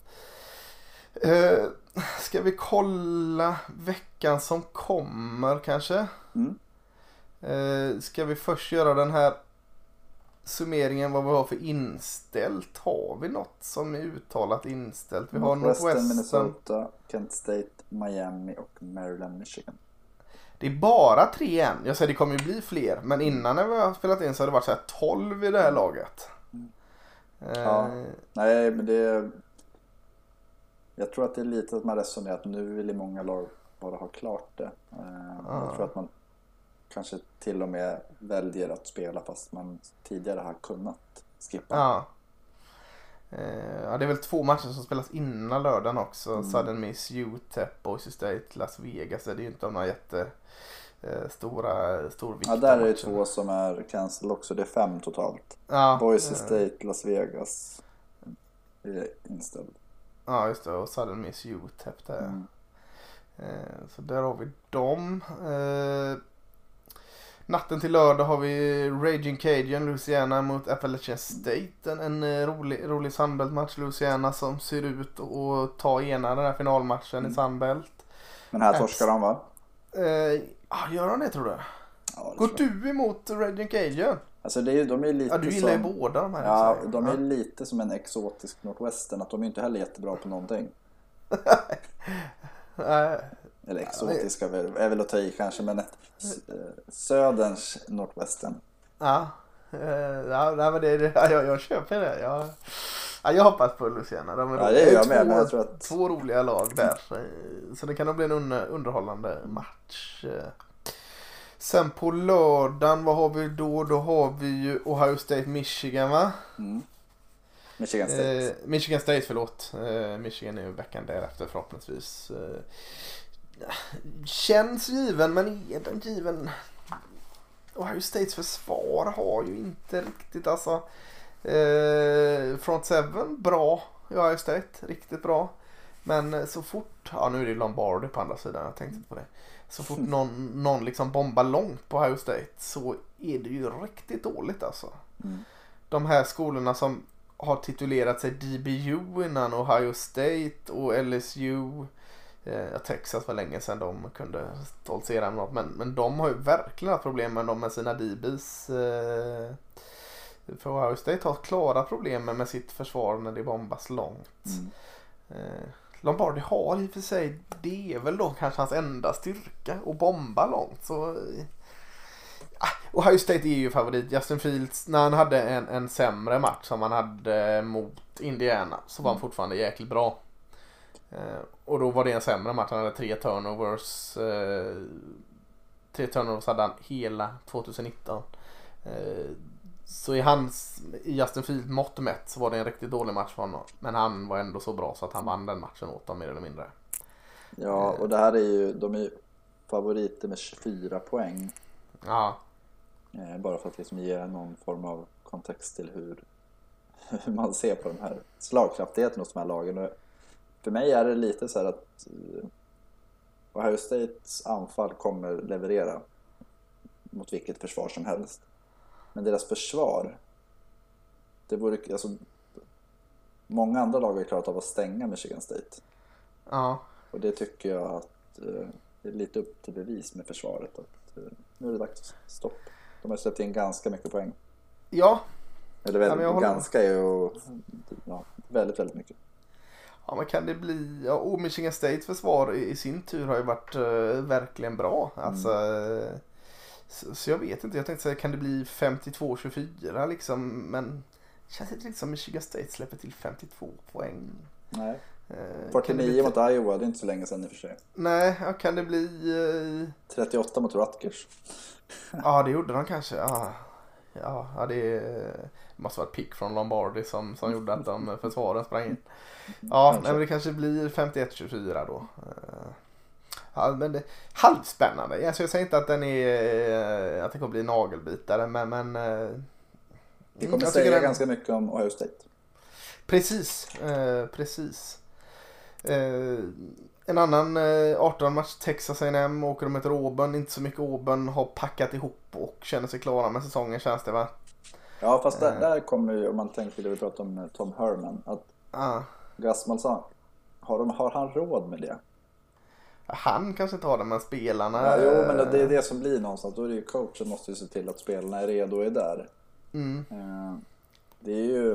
Eh, ska vi kolla veckan som kommer kanske? Mm. Eh, ska vi först göra den här summeringen vad vi har för inställt? Har vi något som är uttalat inställt? Vi har Northwestern, Minnesota, Kent State, Miami och Maryland, Michigan. Det är bara tre än. Jag säger det kommer ju bli fler. Men innan när vi har spelat in så har det varit så här tolv i det här laget. Mm. Ja, eh. nej men det jag tror att det är lite att man resonerar att nu vill många lag bara ha klart det. Eh, ah. Jag tror att man kanske till och med väljer att spela fast man tidigare har kunnat skippa. Ja. Eh, ja, det är väl två matcher som spelas innan lördagen också. Mm. Southern Miss, U T E P, Boise State, Las Vegas. Det är ju inte några jätte eh, stora, stor viktiga Ja, där är det matcher. två som är cancel också. Det är fem totalt. Ja, Boise eh, State, Las Vegas är inställd. Ja, just det. Och Southern Miss U T E P där. Mm. Eh, så där har vi dem. Eh, natten till lördag har vi Raging Cajun, Louisiana mot Appalachian State. En, en eh, rolig, rolig Sunbelt-match. Louisiana som ser ut att ta ena den här finalmatchen Mm. i Sunbelt. Men här torskar de, va? Eh, ah, gör de det, tror du? Ja, det Går tror jag. du emot Raging Cajun? Alltså det är, de är lite Ja, du gillar ju som... båda de här. Ja, så. de är Ja. lite som en exotisk Northwestern. Att de är inte heller jättebra på någonting. Nej. Eller exotiska är väl att ta i kanske. Men ett, eh, Söderns Northwestern. Ja, eh, ja nej, men det, det, ja, jag, jag köper det. Jag, ja, jag hoppas på Louisiana. De är Ja, roliga. det är jag två, med, men jag tror att- två roliga lag där. Eh, Så det kan nog bli en under, underhållande match. Eh, Sen på lördagen, vad har vi då? Då har vi ju Ohio State, Michigan, va? Mm. Michigan State. Eh, Michigan State, förlåt. Eh, Michigan är ju veckan därefter förhoppningsvis. Eh, känns given, men är den given? Ohio States försvar har ju inte riktigt, alltså. Eh, front seven, bra i Ohio State, riktigt bra. Men så fort, ja nu är det Lombardi på andra sidan, jag tänkte på det. Så fort någon, någon liksom bombar långt på Ohio State så är det ju riktigt dåligt alltså. Mm. De här skolorna som har titulerat sig D B U innan, Ohio State och L S U, eh, Texas var länge sedan de kunde stoltsera med något, men, men de har ju verkligen haft problem med dem med sina D Bs. Eh, för Ohio State har klara problem med sitt försvar när det bombas långt. Mm. Eh, Lombardi har i och för sig, det är väl då kanske hans enda styrka att bomba långt. Så ah, Ohio State är ju favorit. Justin Fields, när han hade en, en sämre match som han hade mot Indiana, så var han fortfarande jäkligt bra. Eh, och då var det en sämre match. Han hade tre turnovers. Eh, tre turnovers hade han hela tjugonitton. Eh, så i hans, i Justin Fields mått mätt, så var det en riktigt dålig match för honom. Men han var ändå så bra så att han vann den matchen åt dem mer eller mindre. Ja, och det här är ju, de är ju favoriter med tjugofyra poäng. Ja, Eh, bara för att liksom ge någon form av kontext till hur, hur man ser på den här slagkraftigheten hos de här lagen. Och för mig är det lite så här att eh, Ohio States anfall kommer leverera mot vilket försvar som helst. Men deras försvar, det vore, alltså, många andra lag har klarat av att stänga Michigan State. ja. Och det tycker jag att eh, det är lite upp till bevis med försvaret. Att eh, nu är det dags att stopp. De har släppt in ganska mycket poäng. Ja, Eller väldigt, Ja, men jag håller- ganska är ju ja, väldigt, väldigt mycket. ja, men kan det bli... Ja, och Michigan States försvar i, i sin tur har ju varit eh, verkligen bra. Alltså, eh, så, så jag vet inte, jag tänkte säga, kan det bli femtiotvå tjugofyra liksom? Men det känns inte riktigt som Michigan State släpper till femtiotvå poäng. Nej. Eh, kan det fyrtionio bli- mot Iowa, det är inte så länge sedan i och för sig. Nej, ja, kan det bli... Eh, trettioåtta mot Rutgers. ja, det gjorde de kanske. Ja, ja, ja det, det måste vara ett pick från Lombardi som, som gjorde att de försvaren sprang in. Ja, Kanske. nej, men det kanske blir femtioett tjugofyra då. Eh, Ja, men det, halvspännande. Alltså, jag säger inte att den är att det kommer bli nagelbitare, men, men eh, Det kommer jag säga tycker den- ganska mycket om Ohio State. Precis, eh, precis. Eh, en annan eh, arton-match, Texas A and M, åker de möter Auburn. Inte så mycket. Auburn har packat ihop och känner sig klara med säsongen, känns det, va? Ja, fast där, Eh. där kommer ju, om man tänker det vi pratade om med Tom Herman, att Ah, Gus Malzahn, har, de, har han råd med det? han kanske inte har det, men spelarna... Ja, jo, men det är det som blir någonstans. Då är det ju coachen måste ju se till att spelarna är redo och är där. Mm, Eh, Det är ju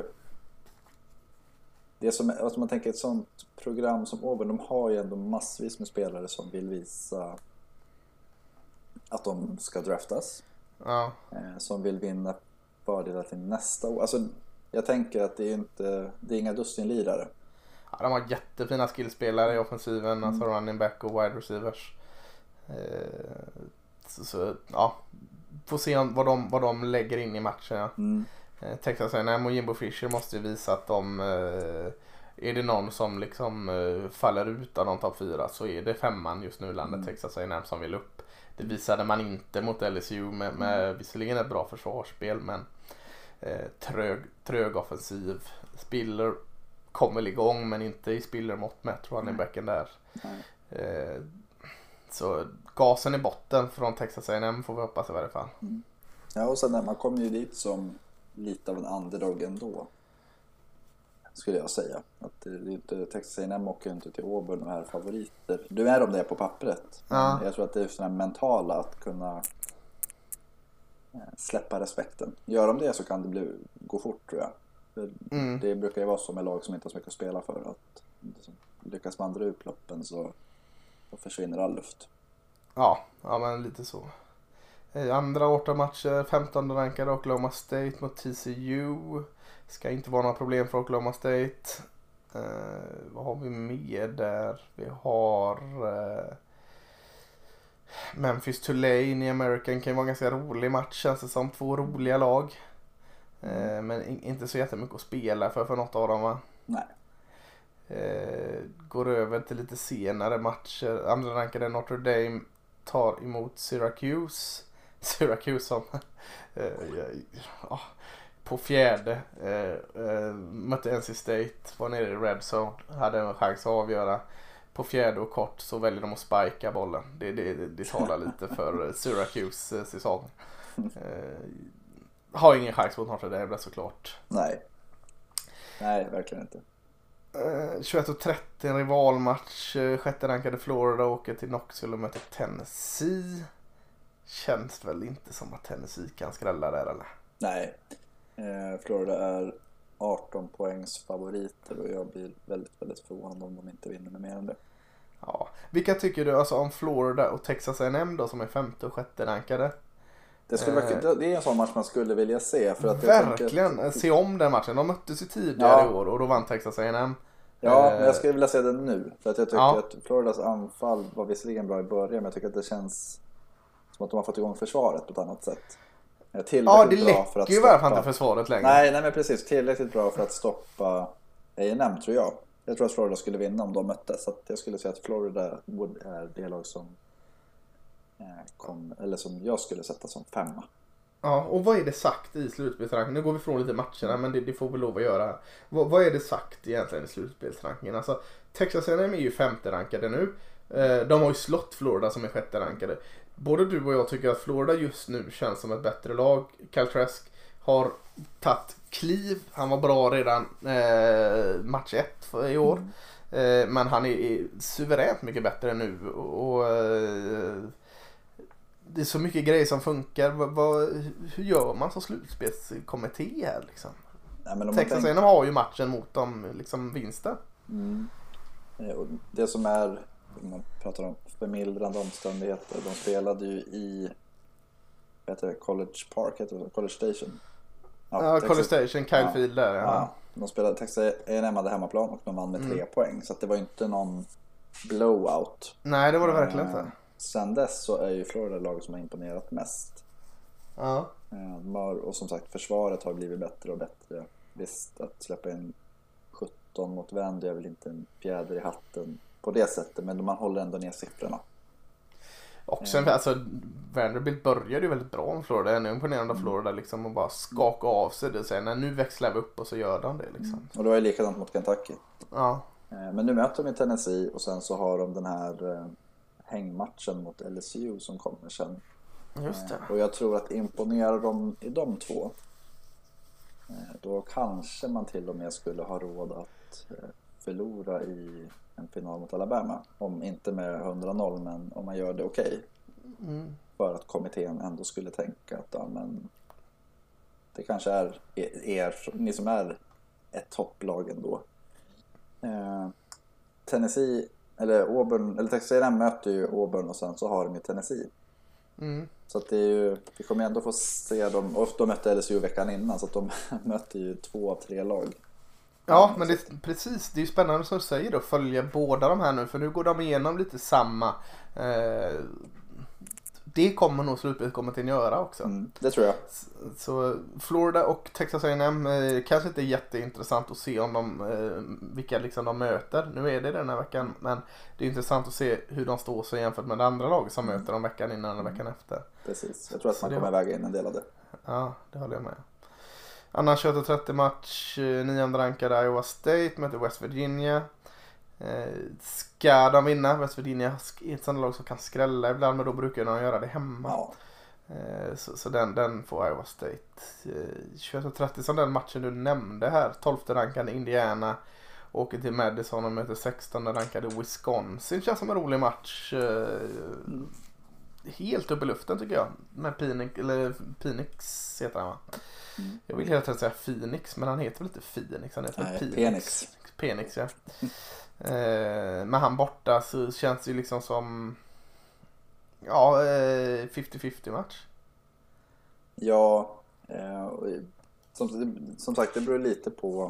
det som, alltså man tänker ett sånt program som Auburn, de har ju ändå massvis med spelare som vill visa att de ska draftas, ja. eh, som vill vinna fördelar till nästa år. Alltså jag tänker att det är inte, det är inga dussinlirare. Ja, de har jättefina skillspelare i offensiven, alltså running back och wide receivers. Eh, så, så ja, får se om, vad, de, vad de lägger in i matchen. Ja. Mm. Eh, Texas A and M och Jimbo Fisher måste ju visa att de, eh, är det någon som liksom eh, faller ut av de topp fyra, så är det femman just nu i landet, Mm. Texas A and M, som vill upp. Det visade man inte mot L S U med, med visserligen ett bra försvarsspel, men eh, trög, trög offensiv. Spiller kommer igång, men inte i Spiller-mått med running backen där. Eh, så gasen i botten från Texas A and M får vi hoppas i varje fall. Mm. Ja, och sen när man kommer ju dit som lite av en underdog ändå, skulle jag säga. Att det är inte, Texas A and M åker inte till Auburn och är favoriter. Du är de det på pappret. Ja. Jag tror att det är sådana mentala att kunna släppa respekten. Gör de det så kan det bli, gå fort, tror jag. Mm. Det brukar ju vara så med lag som inte har så mycket att spela för. Att lyckas man dra upp loppen så, så försvinner all luft. Ja, ja men lite så. I andra återmatcher, femtonde rankade Oklahoma State mot T C U. Ska inte vara några problem för Oklahoma State. Eh, vad har vi mer där? Vi har eh, Memphis Tulane i American. Kan ju vara en ganska rolig match. Känns det som två roliga lag. Eh, men in, inte så jättemycket att spela för, för något av dem, va? Nej. Eh, går över till lite senare matcher. Andra rankade Notre Dame tar emot Syracuse. Syracuse som eh, ja, på fjärde eh, eh, mötte N C State, var nere i red zone, hade en chans att avgöra. På fjärde och kort så väljer de att spika bollen. Det, det, det, det talar lite för Syracuse eh, säsong. Eh, har ingen chans mot Notre Dame såklart. Nej. Nej, verkligen inte. Eh, tjugoett och trettio, en rivalmatch. Eh, sjätte rankade Florida åker till Knoxville och möter Tennessee. Känns väl inte som att Tennessee kan skrälla där, eller? Nej. Eh, Florida är arton poängs favoriter och jag blir väldigt, väldigt förvånad om de inte vinner med mer än det. Ja. Vilka tycker du alltså om Florida och Texas A and M då, som är femte och sjätte rankade? Det, skulle eh, vara, det är en sån match man skulle vilja se. För att verkligen, att, se om den matchen. De möttes ju tidigare ja. i år och då vann Texas A and M. Ja, eh, men jag skulle vilja se den nu. För att jag tycker ja. att Floridas anfall var visserligen bra i början, men jag tycker att det känns som att de har fått igång försvaret på ett annat sätt. Ja, det läcker ju i varje fall inte försvaret längre. Nej, nej, men precis. Tillräckligt bra för att stoppa A and M, tror jag. Jag tror att Florida skulle vinna om de möttes. Så att jag skulle säga att Florida är det lag som kom, eller som jag skulle sätta som femma. Ja, och vad är det sagt i slutspelsrankingen? Nu går vi från lite matcherna, men det, det får vi lov att göra. Vad, vad är det sagt egentligen i slutspelsrankingen? Alltså, Texas A and M är ju femte rankade nu. De har ju slått Florida som är sjätte rankade. Både du och jag tycker att Florida just nu känns som ett bättre lag. Cal Trask har tagit kliv. Han var bra redan eh, match ett i år. Mm. Eh, men han är, är suveränt mycket bättre nu. Och eh, det är så mycket grejer som funkar. Va, va, hur gör man som slutspelskommitté här liksom? Nej, men Texas A and M har ju matchen mot dem, liksom vinsten. Mm. Det som är, om man pratar om förmildrande omständigheter, de spelade ju i heter det, College Park, heter det, College Station. Ja, ja Texas, College Station, Kyle ja, Field där. Ja. Ja, de spelade, Texas A and M hade hemmaplan och de vann med mm. tre poäng, så att det var inte någon blowout. Nej, det var det verkligen inte. Uh, sen dess så är ju Florida laget som har imponerat mest. Ja. Uh, och som sagt, försvaret har blivit bättre och bättre. Visst, att släppa in sjutton mot Vandy är väl inte en fjäder i hatten på det sättet, men man håller ändå ner siffrorna. Och sen, alltså, Vanderbilt började ju väldigt bra om Florida. En imponerande av Florida liksom, och bara skaka av sig det och säga, nej, nu växlar vi upp, och så gör de det liksom. Mm. Och då är det likadant mot Kentucky. Ja. Men nu möter de i Tennessee och sen så har de den här hängmatchen mot L S U som kommer sen. Just det. Och jag tror att imponerar de i de två, då kanske man till och med skulle ha råd att förlora i en final mot Alabama. Om inte med hundra noll, men om man gör det okej. Okay. Mm. För att kommittén ändå skulle tänka att ja, men det kanske är er, ni som är ett topplag ändå. Eh, Tennessee, eller Auburn, eller Texas A and M möter ju Auburn och sen så har de i Tennessee. Mm. Så att det är ju, vi kommer ändå få se dem, och de mötte L S U veckan innan, så att de möter ju två av tre lag. Ja, men det är precis, det är ju spännande som du säger då, följa båda de här nu, för nu går de igenom lite samma eh, det kommer nog slutet kommer till att göra också. Mm, det tror jag. Så, så Florida och Texas A and M eh, kanske inte är jätteintressant att se om de, eh, vilka liksom de möter. Nu är det den här veckan, men det är intressant att se hur de står sig jämfört med det andra laget som mm. möter dem veckan innan och veckan efter. Precis, jag tror att så man det kommer var... väga in en del av det. Ja, det håller jag med. Annars tjugoett trettio match, nionde rankade Iowa State möter West Virginia. Eh, ska de vinna? West Virginia är ett sådant lag som kan skrälla ibland, men då brukar de göra det hemma. Ja. Eh, så så den, den får Iowa State. Eh, tjugoett trettio som den matchen du nämnde här. tolfte rankade Indiana åker till Madison och möter sextonde rankade Wisconsin. Känns som en rolig match. Eh, mm. Helt upp i luften tycker jag. Med Phoenix, eller Phoenix heter han va? Mm. Jag vill hela tiden säga Phoenix, men han heter väl inte Phoenix, han heter Nej, Phoenix. Phoenix. Phoenix, ja. eh, med han borta så känns det ju liksom som ja, eh, femtio femtio match. Ja, eh, som, som sagt det beror lite på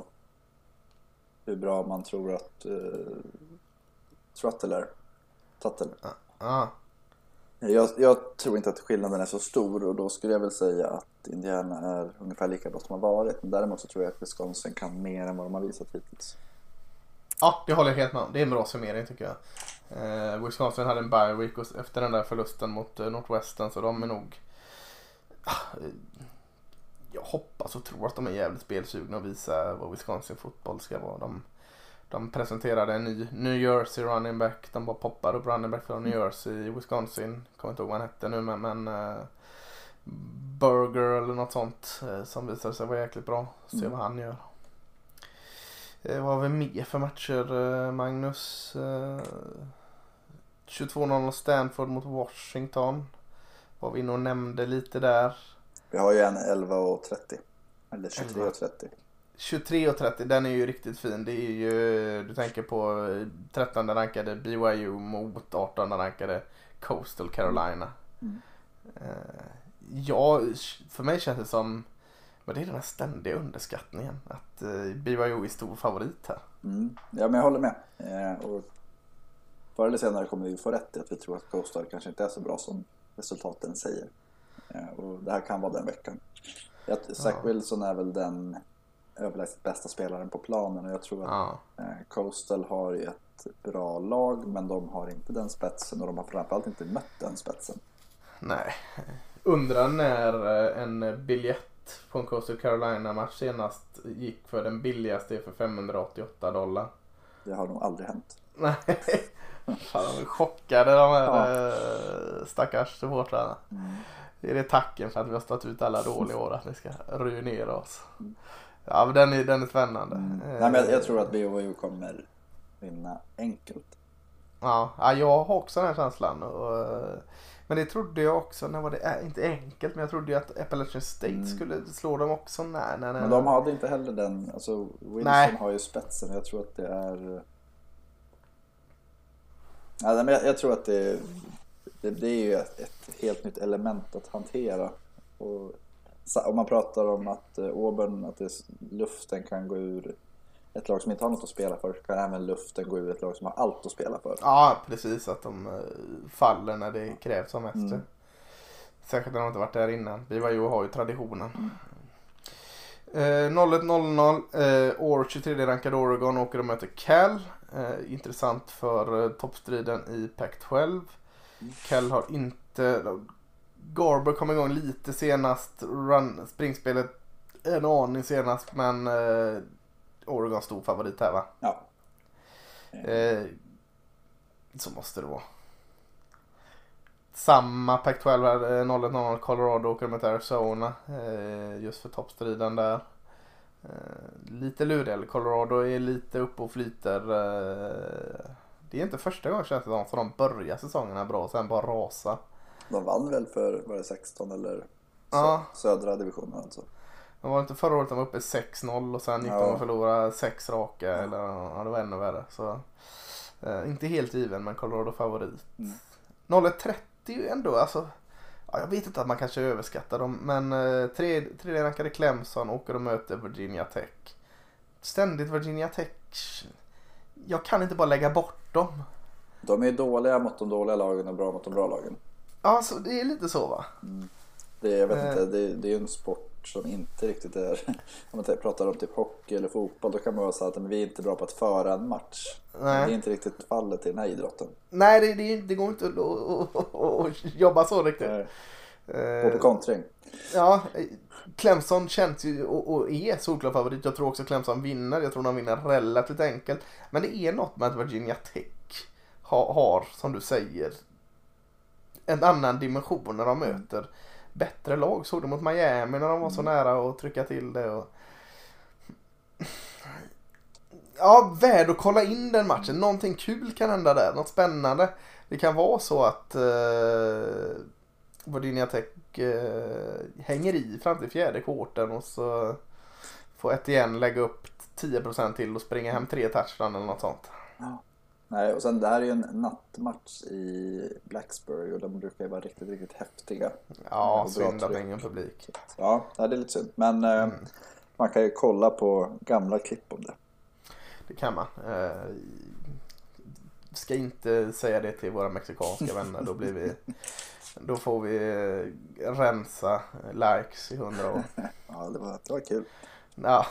hur bra man tror att eh, Truttle är. Tuttle. Ja. Ah. Jag, jag tror inte att skillnaden är så stor, och då skulle jag väl säga att Indiana är ungefär lika bra som har varit. Däremot så tror jag att Wisconsin kan mer än vad de har visat hittills. Ja, det håller jag helt med om. Det är en bra summering tycker jag. Eh, Wisconsin hade en bye week efter den där förlusten mot eh, Northwestern, så de är nog eh, jag hoppas och tror att de är jävligt spelsugna och visar vad Wisconsin fotboll ska vara. De, de presenterade en ny New Jersey running back. De bara poppar upp running back från New Jersey i Wisconsin. Kommer inte ihåg vad han hette nu, men, men uh, Burger eller något sånt uh, som visade sig vara jäkligt bra. Se mm. vad han gör. Uh, vad har vi mer för matcher, uh, Magnus? Uh, tjugotvå noll Stanford mot Washington. Var vi inne och nämnde lite där. Vi har ju en elva och trettio. Eller tjugotre och trettio. tjugotre och trettio, den är ju riktigt fin. Det är ju, du tänker på trettonde rankade B Y U mot artonde rankade Coastal Carolina. Mm. Uh, ja, för mig känns det som, men det är den här ständiga underskattningen att uh, B Y U är stor favorit här. Mm. Ja, men jag håller med. Eh, och förr eller senare kommer vi få rätt i att vi tror att Coastal kanske inte är så bra som resultaten säger. Eh, och det här kan vara den veckan. Jag, Zach ja. Wilson är väl den överlägset bästa spelaren på planen, och jag tror att ja. eh, Coastal har ett bra lag, men de har inte den spetsen, och de har framförallt inte mött den spetsen. Nej. Undrar när en biljett på en Coastal Carolina match senast gick för den billigaste för femhundraåttioåtta dollar. Det har nog aldrig hänt. Nej. Fan, de är chockade de här ja. stackars supportrarna. Mm. Det är det tacken för att vi har stått ut alla dåliga år, att vi ska ruinera oss. Mm. Ja, men den är, den är spännande. Mm. Nej, men jag, jag tror att B Y U kommer vinna enkelt. Ja, ja, jag har också den här känslan. Och, men det trodde jag också, när var det är inte enkelt, men jag trodde ju att Appalachian State mm. skulle slå dem också. Nej, nej, nej. Men de hade inte heller den, alltså Wilson nej. har ju spetsen. Jag tror att det är... Ja, men jag, jag tror att det, det, det är ju ett, ett helt nytt element att hantera. Och om man pratar om att Auburn, att det, luften kan gå ur ett lag som inte har något att spela för, kan även luften gå ur ett lag som har allt att spela för. Ja, precis, att de faller när det krävs som mest. Mm. Särskilt när de inte varit där innan. B Y U har ju traditionen. Mm. Eh, noll ett noll noll eh, år tjugotredje rankade Oregon åker och möter Cal. Eh, intressant för eh, toppstriden i Pac tolv. Mm. Cal har inte... Garber kom igång lite senast. Run, springspelet en aning senast, men eh, Oregon stor favorit här va? Ja. Eh, så måste det vara. Samma Pac tolv noll ett noll Colorado åker mot Arizona. Eh, just för toppstriden där. Eh, lite lurig. Colorado är lite uppe och flyter. Eh, det är inte första gången känns det som för de börjar säsongerna bra och sen bara rasa. De vann väl för var det sexton eller ja. södra divisionen alltså. De var inte förra året, de var uppe sex noll och sen gick ja. de och förlorade sex raka ja. eller ja, det var ännu värre. Så eh, inte helt given, men Colorado favorit. Mm. noll ett trettio ändå alltså. Ja, jag vet inte att man kanske överskattar dem, men eh, tre, tredje rankade Clemson åker och möter Virginia Tech. Ständigt Virginia Tech. Jag kan inte bara lägga bort dem. De är dåliga mot de dåliga lagen och bra mot de bra lagen. Ja, så det är lite så va? Mm. Det, jag vet eh. inte, det, det är ju en sport som inte riktigt är, om man pratar om typ hockey eller fotboll, då kan man vara så att men vi är inte bra på att föra en match. Nej. Det är inte riktigt fallet i den här idrotten. Nej, det, det, det går inte att, att, att, att jobba så riktigt. Nej. Och på kontring. Ja, Clemson känns ju och, och är solklar favorit. Jag tror också Clemson vinner. Jag tror de vinner relativt enkelt. Men det är något med att Virginia Tech har, har som du säger, en annan dimension när de möter bättre lag. Såg det mot Miami när de var så mm. nära att trycka till det. Och... Ja, värd att kolla in den matchen. Någonting kul kan hända där. Något spännande. Det kan vara så att eh, Virginia Tech eh, hänger i fram till fjärde kvarten och så får Etienne lägga upp tio procent till och springa hem tre touchdown eller något sånt. Ja. Nej, och sen det här är ju en nattmatch i Blacksburg och de brukar ju vara riktigt, riktigt häftiga. Ja, synd att ingen publik. Ja, det är lite synd. Men mm. eh, man kan ju kolla på gamla klipp om det. Det kan man. Eh, ska inte säga det till våra mexikanska vänner. Då blir vi, då får vi rensa likes i hundra år. Ja, det var, det var kul. Ja.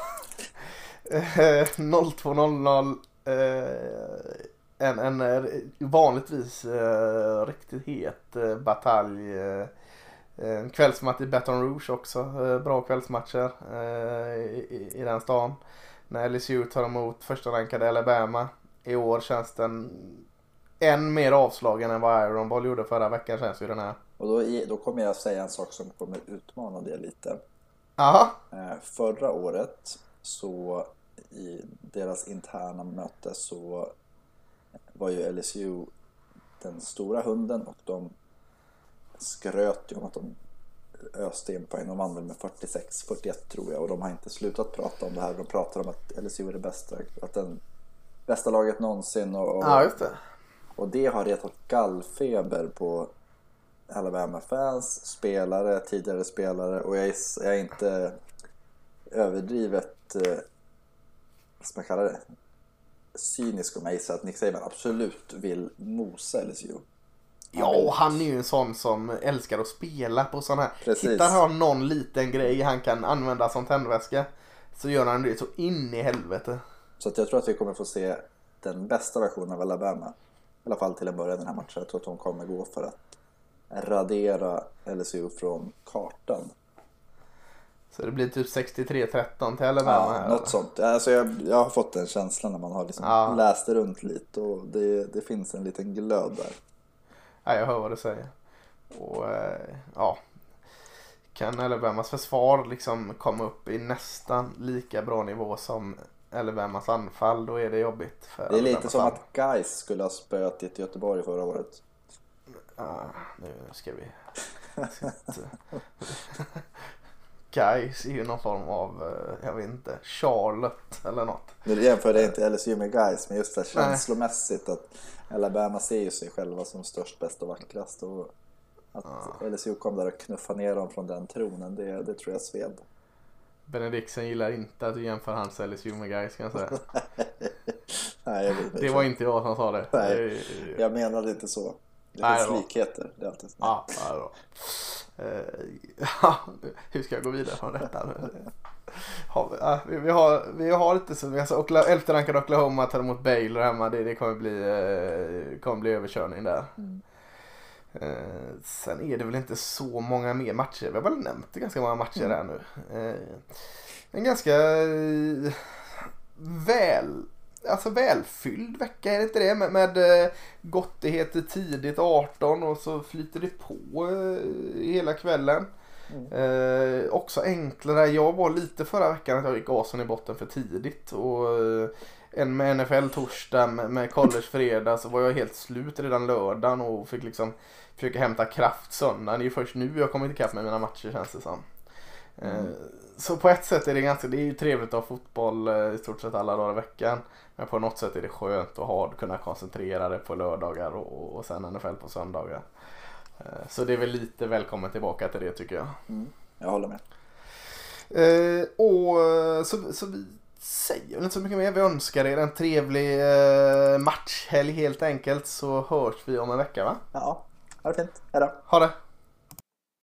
noll två noll noll eh, en, en vanligtvis eh, riktigt het eh, batalj. Eh, en kvällsmatch i Baton Rouge också. Eh, bra kvällsmatcher eh, i, i den stan. När L S U tar emot första rankade Alabama. I år känns den än mer avslagen än vad Iron Bowl gjorde förra veckan, känns ju den här. Och då, då kommer jag säga en sak som kommer utmana det lite. Aha. Eh, förra året så i deras interna möte så var ju L S U den stora hunden och de skröt ju om att de öste in poäng. De vann väl med fyrtiosex fyrtioett tror jag och de har inte slutat prata om det här. De pratar om att L S U är det bästa, att den bästa laget någonsin och, och, ja, just det. och det har retat gallfeber på Alabama-fans, spelare, tidigare spelare och jag är, jag är inte överdrivet eh, vad ska man kalla det, cynisk om jag gissar att Nick Saban absolut vill mosa L S U. Ja, och han är ju en sån som älskar att spela på sån här. Precis. Hittar han någon liten grej han kan använda som tändväska så gör han det så in i helvete. Så att jag tror att vi kommer få se den bästa versionen av Alabama. I alla fall till en början den här matchen. Jag tror att de kommer gå för att radera L S U från kartan. Så det blir typ sextiotre tretton till Alabama ja, här? Något eller? sånt. Alltså jag, jag har fått den känslan när man har liksom ja. läst det runt lite. Och det, det finns en liten glöd där. Ja, jag hör vad du säger. Och eh, ja, kan Alabamas försvar liksom komma upp i nästan lika bra nivå som Alabamas anfall, då är det jobbigt för det är lite Alabamas som anfall. att Guys skulle ha spöat i Göteborg förra året. Ja, nu ska vi Guys är ju någon form av, jag vet inte, Charlotte eller något. Nu jämför det inte L S U med Guys, men just det känslomässigt att Alabama ser ju sig själva som störst, bäst och vackrast och att ja. L S U kom där och knuffa ner dem från den tronen, det, det tror jag sved. Benediksen gillar inte att du jämför hans L S U med Guys, kan jag säga. Nej, jag vet, det var inte jag som sa det. Nej, jag menade inte så. Det Nej, finns det likheter. Det är alltid så. Ja, ja, då. Uh, hur ska jag gå vidare från detta nu? Har vi, uh, vi, vi, har, vi har lite så, vi har så elfte rankade Oklahoma tar emot Baylor hemma. Det, det kommer bli uh, kommer bli överkörning där. Mm. Uh, sen är det väl inte så många mer matcher. Vi har väl nämnt ganska många matcher mm. här nu. Uh, en ganska uh, väl Alltså välfylld vecka, är det inte det? Med, med eh, gottigheter tidigt arton och så flyter det på eh, hela kvällen. Mm. Eh, också enklare. Jag var lite förra veckan att jag gick gasen i botten för tidigt. Och eh, en med N F L torsdag med, med college fredag så var jag helt slut redan lördagen och fick liksom försöka hämta kraft söndagen. Det är ju först nu jag kommit ikapp med mina matcher, känns det som. Mm. Så på ett sätt är det ganska, det är ju trevligt att ha fotboll i stort sett alla dagar i veckan, men på något sätt är det skönt att ha, kunna koncentrera det på lördagar och, och sen N F L på söndagar. Så det är väl lite välkommen tillbaka till det, tycker jag. Mm, jag håller med. Eh, och så, så vi säger inte så mycket mer. Vi önskar er en trevlig eh, matchhelg helt enkelt, så hörs vi om en vecka, va? Ja, Ha det fint. Hej då. Ha det.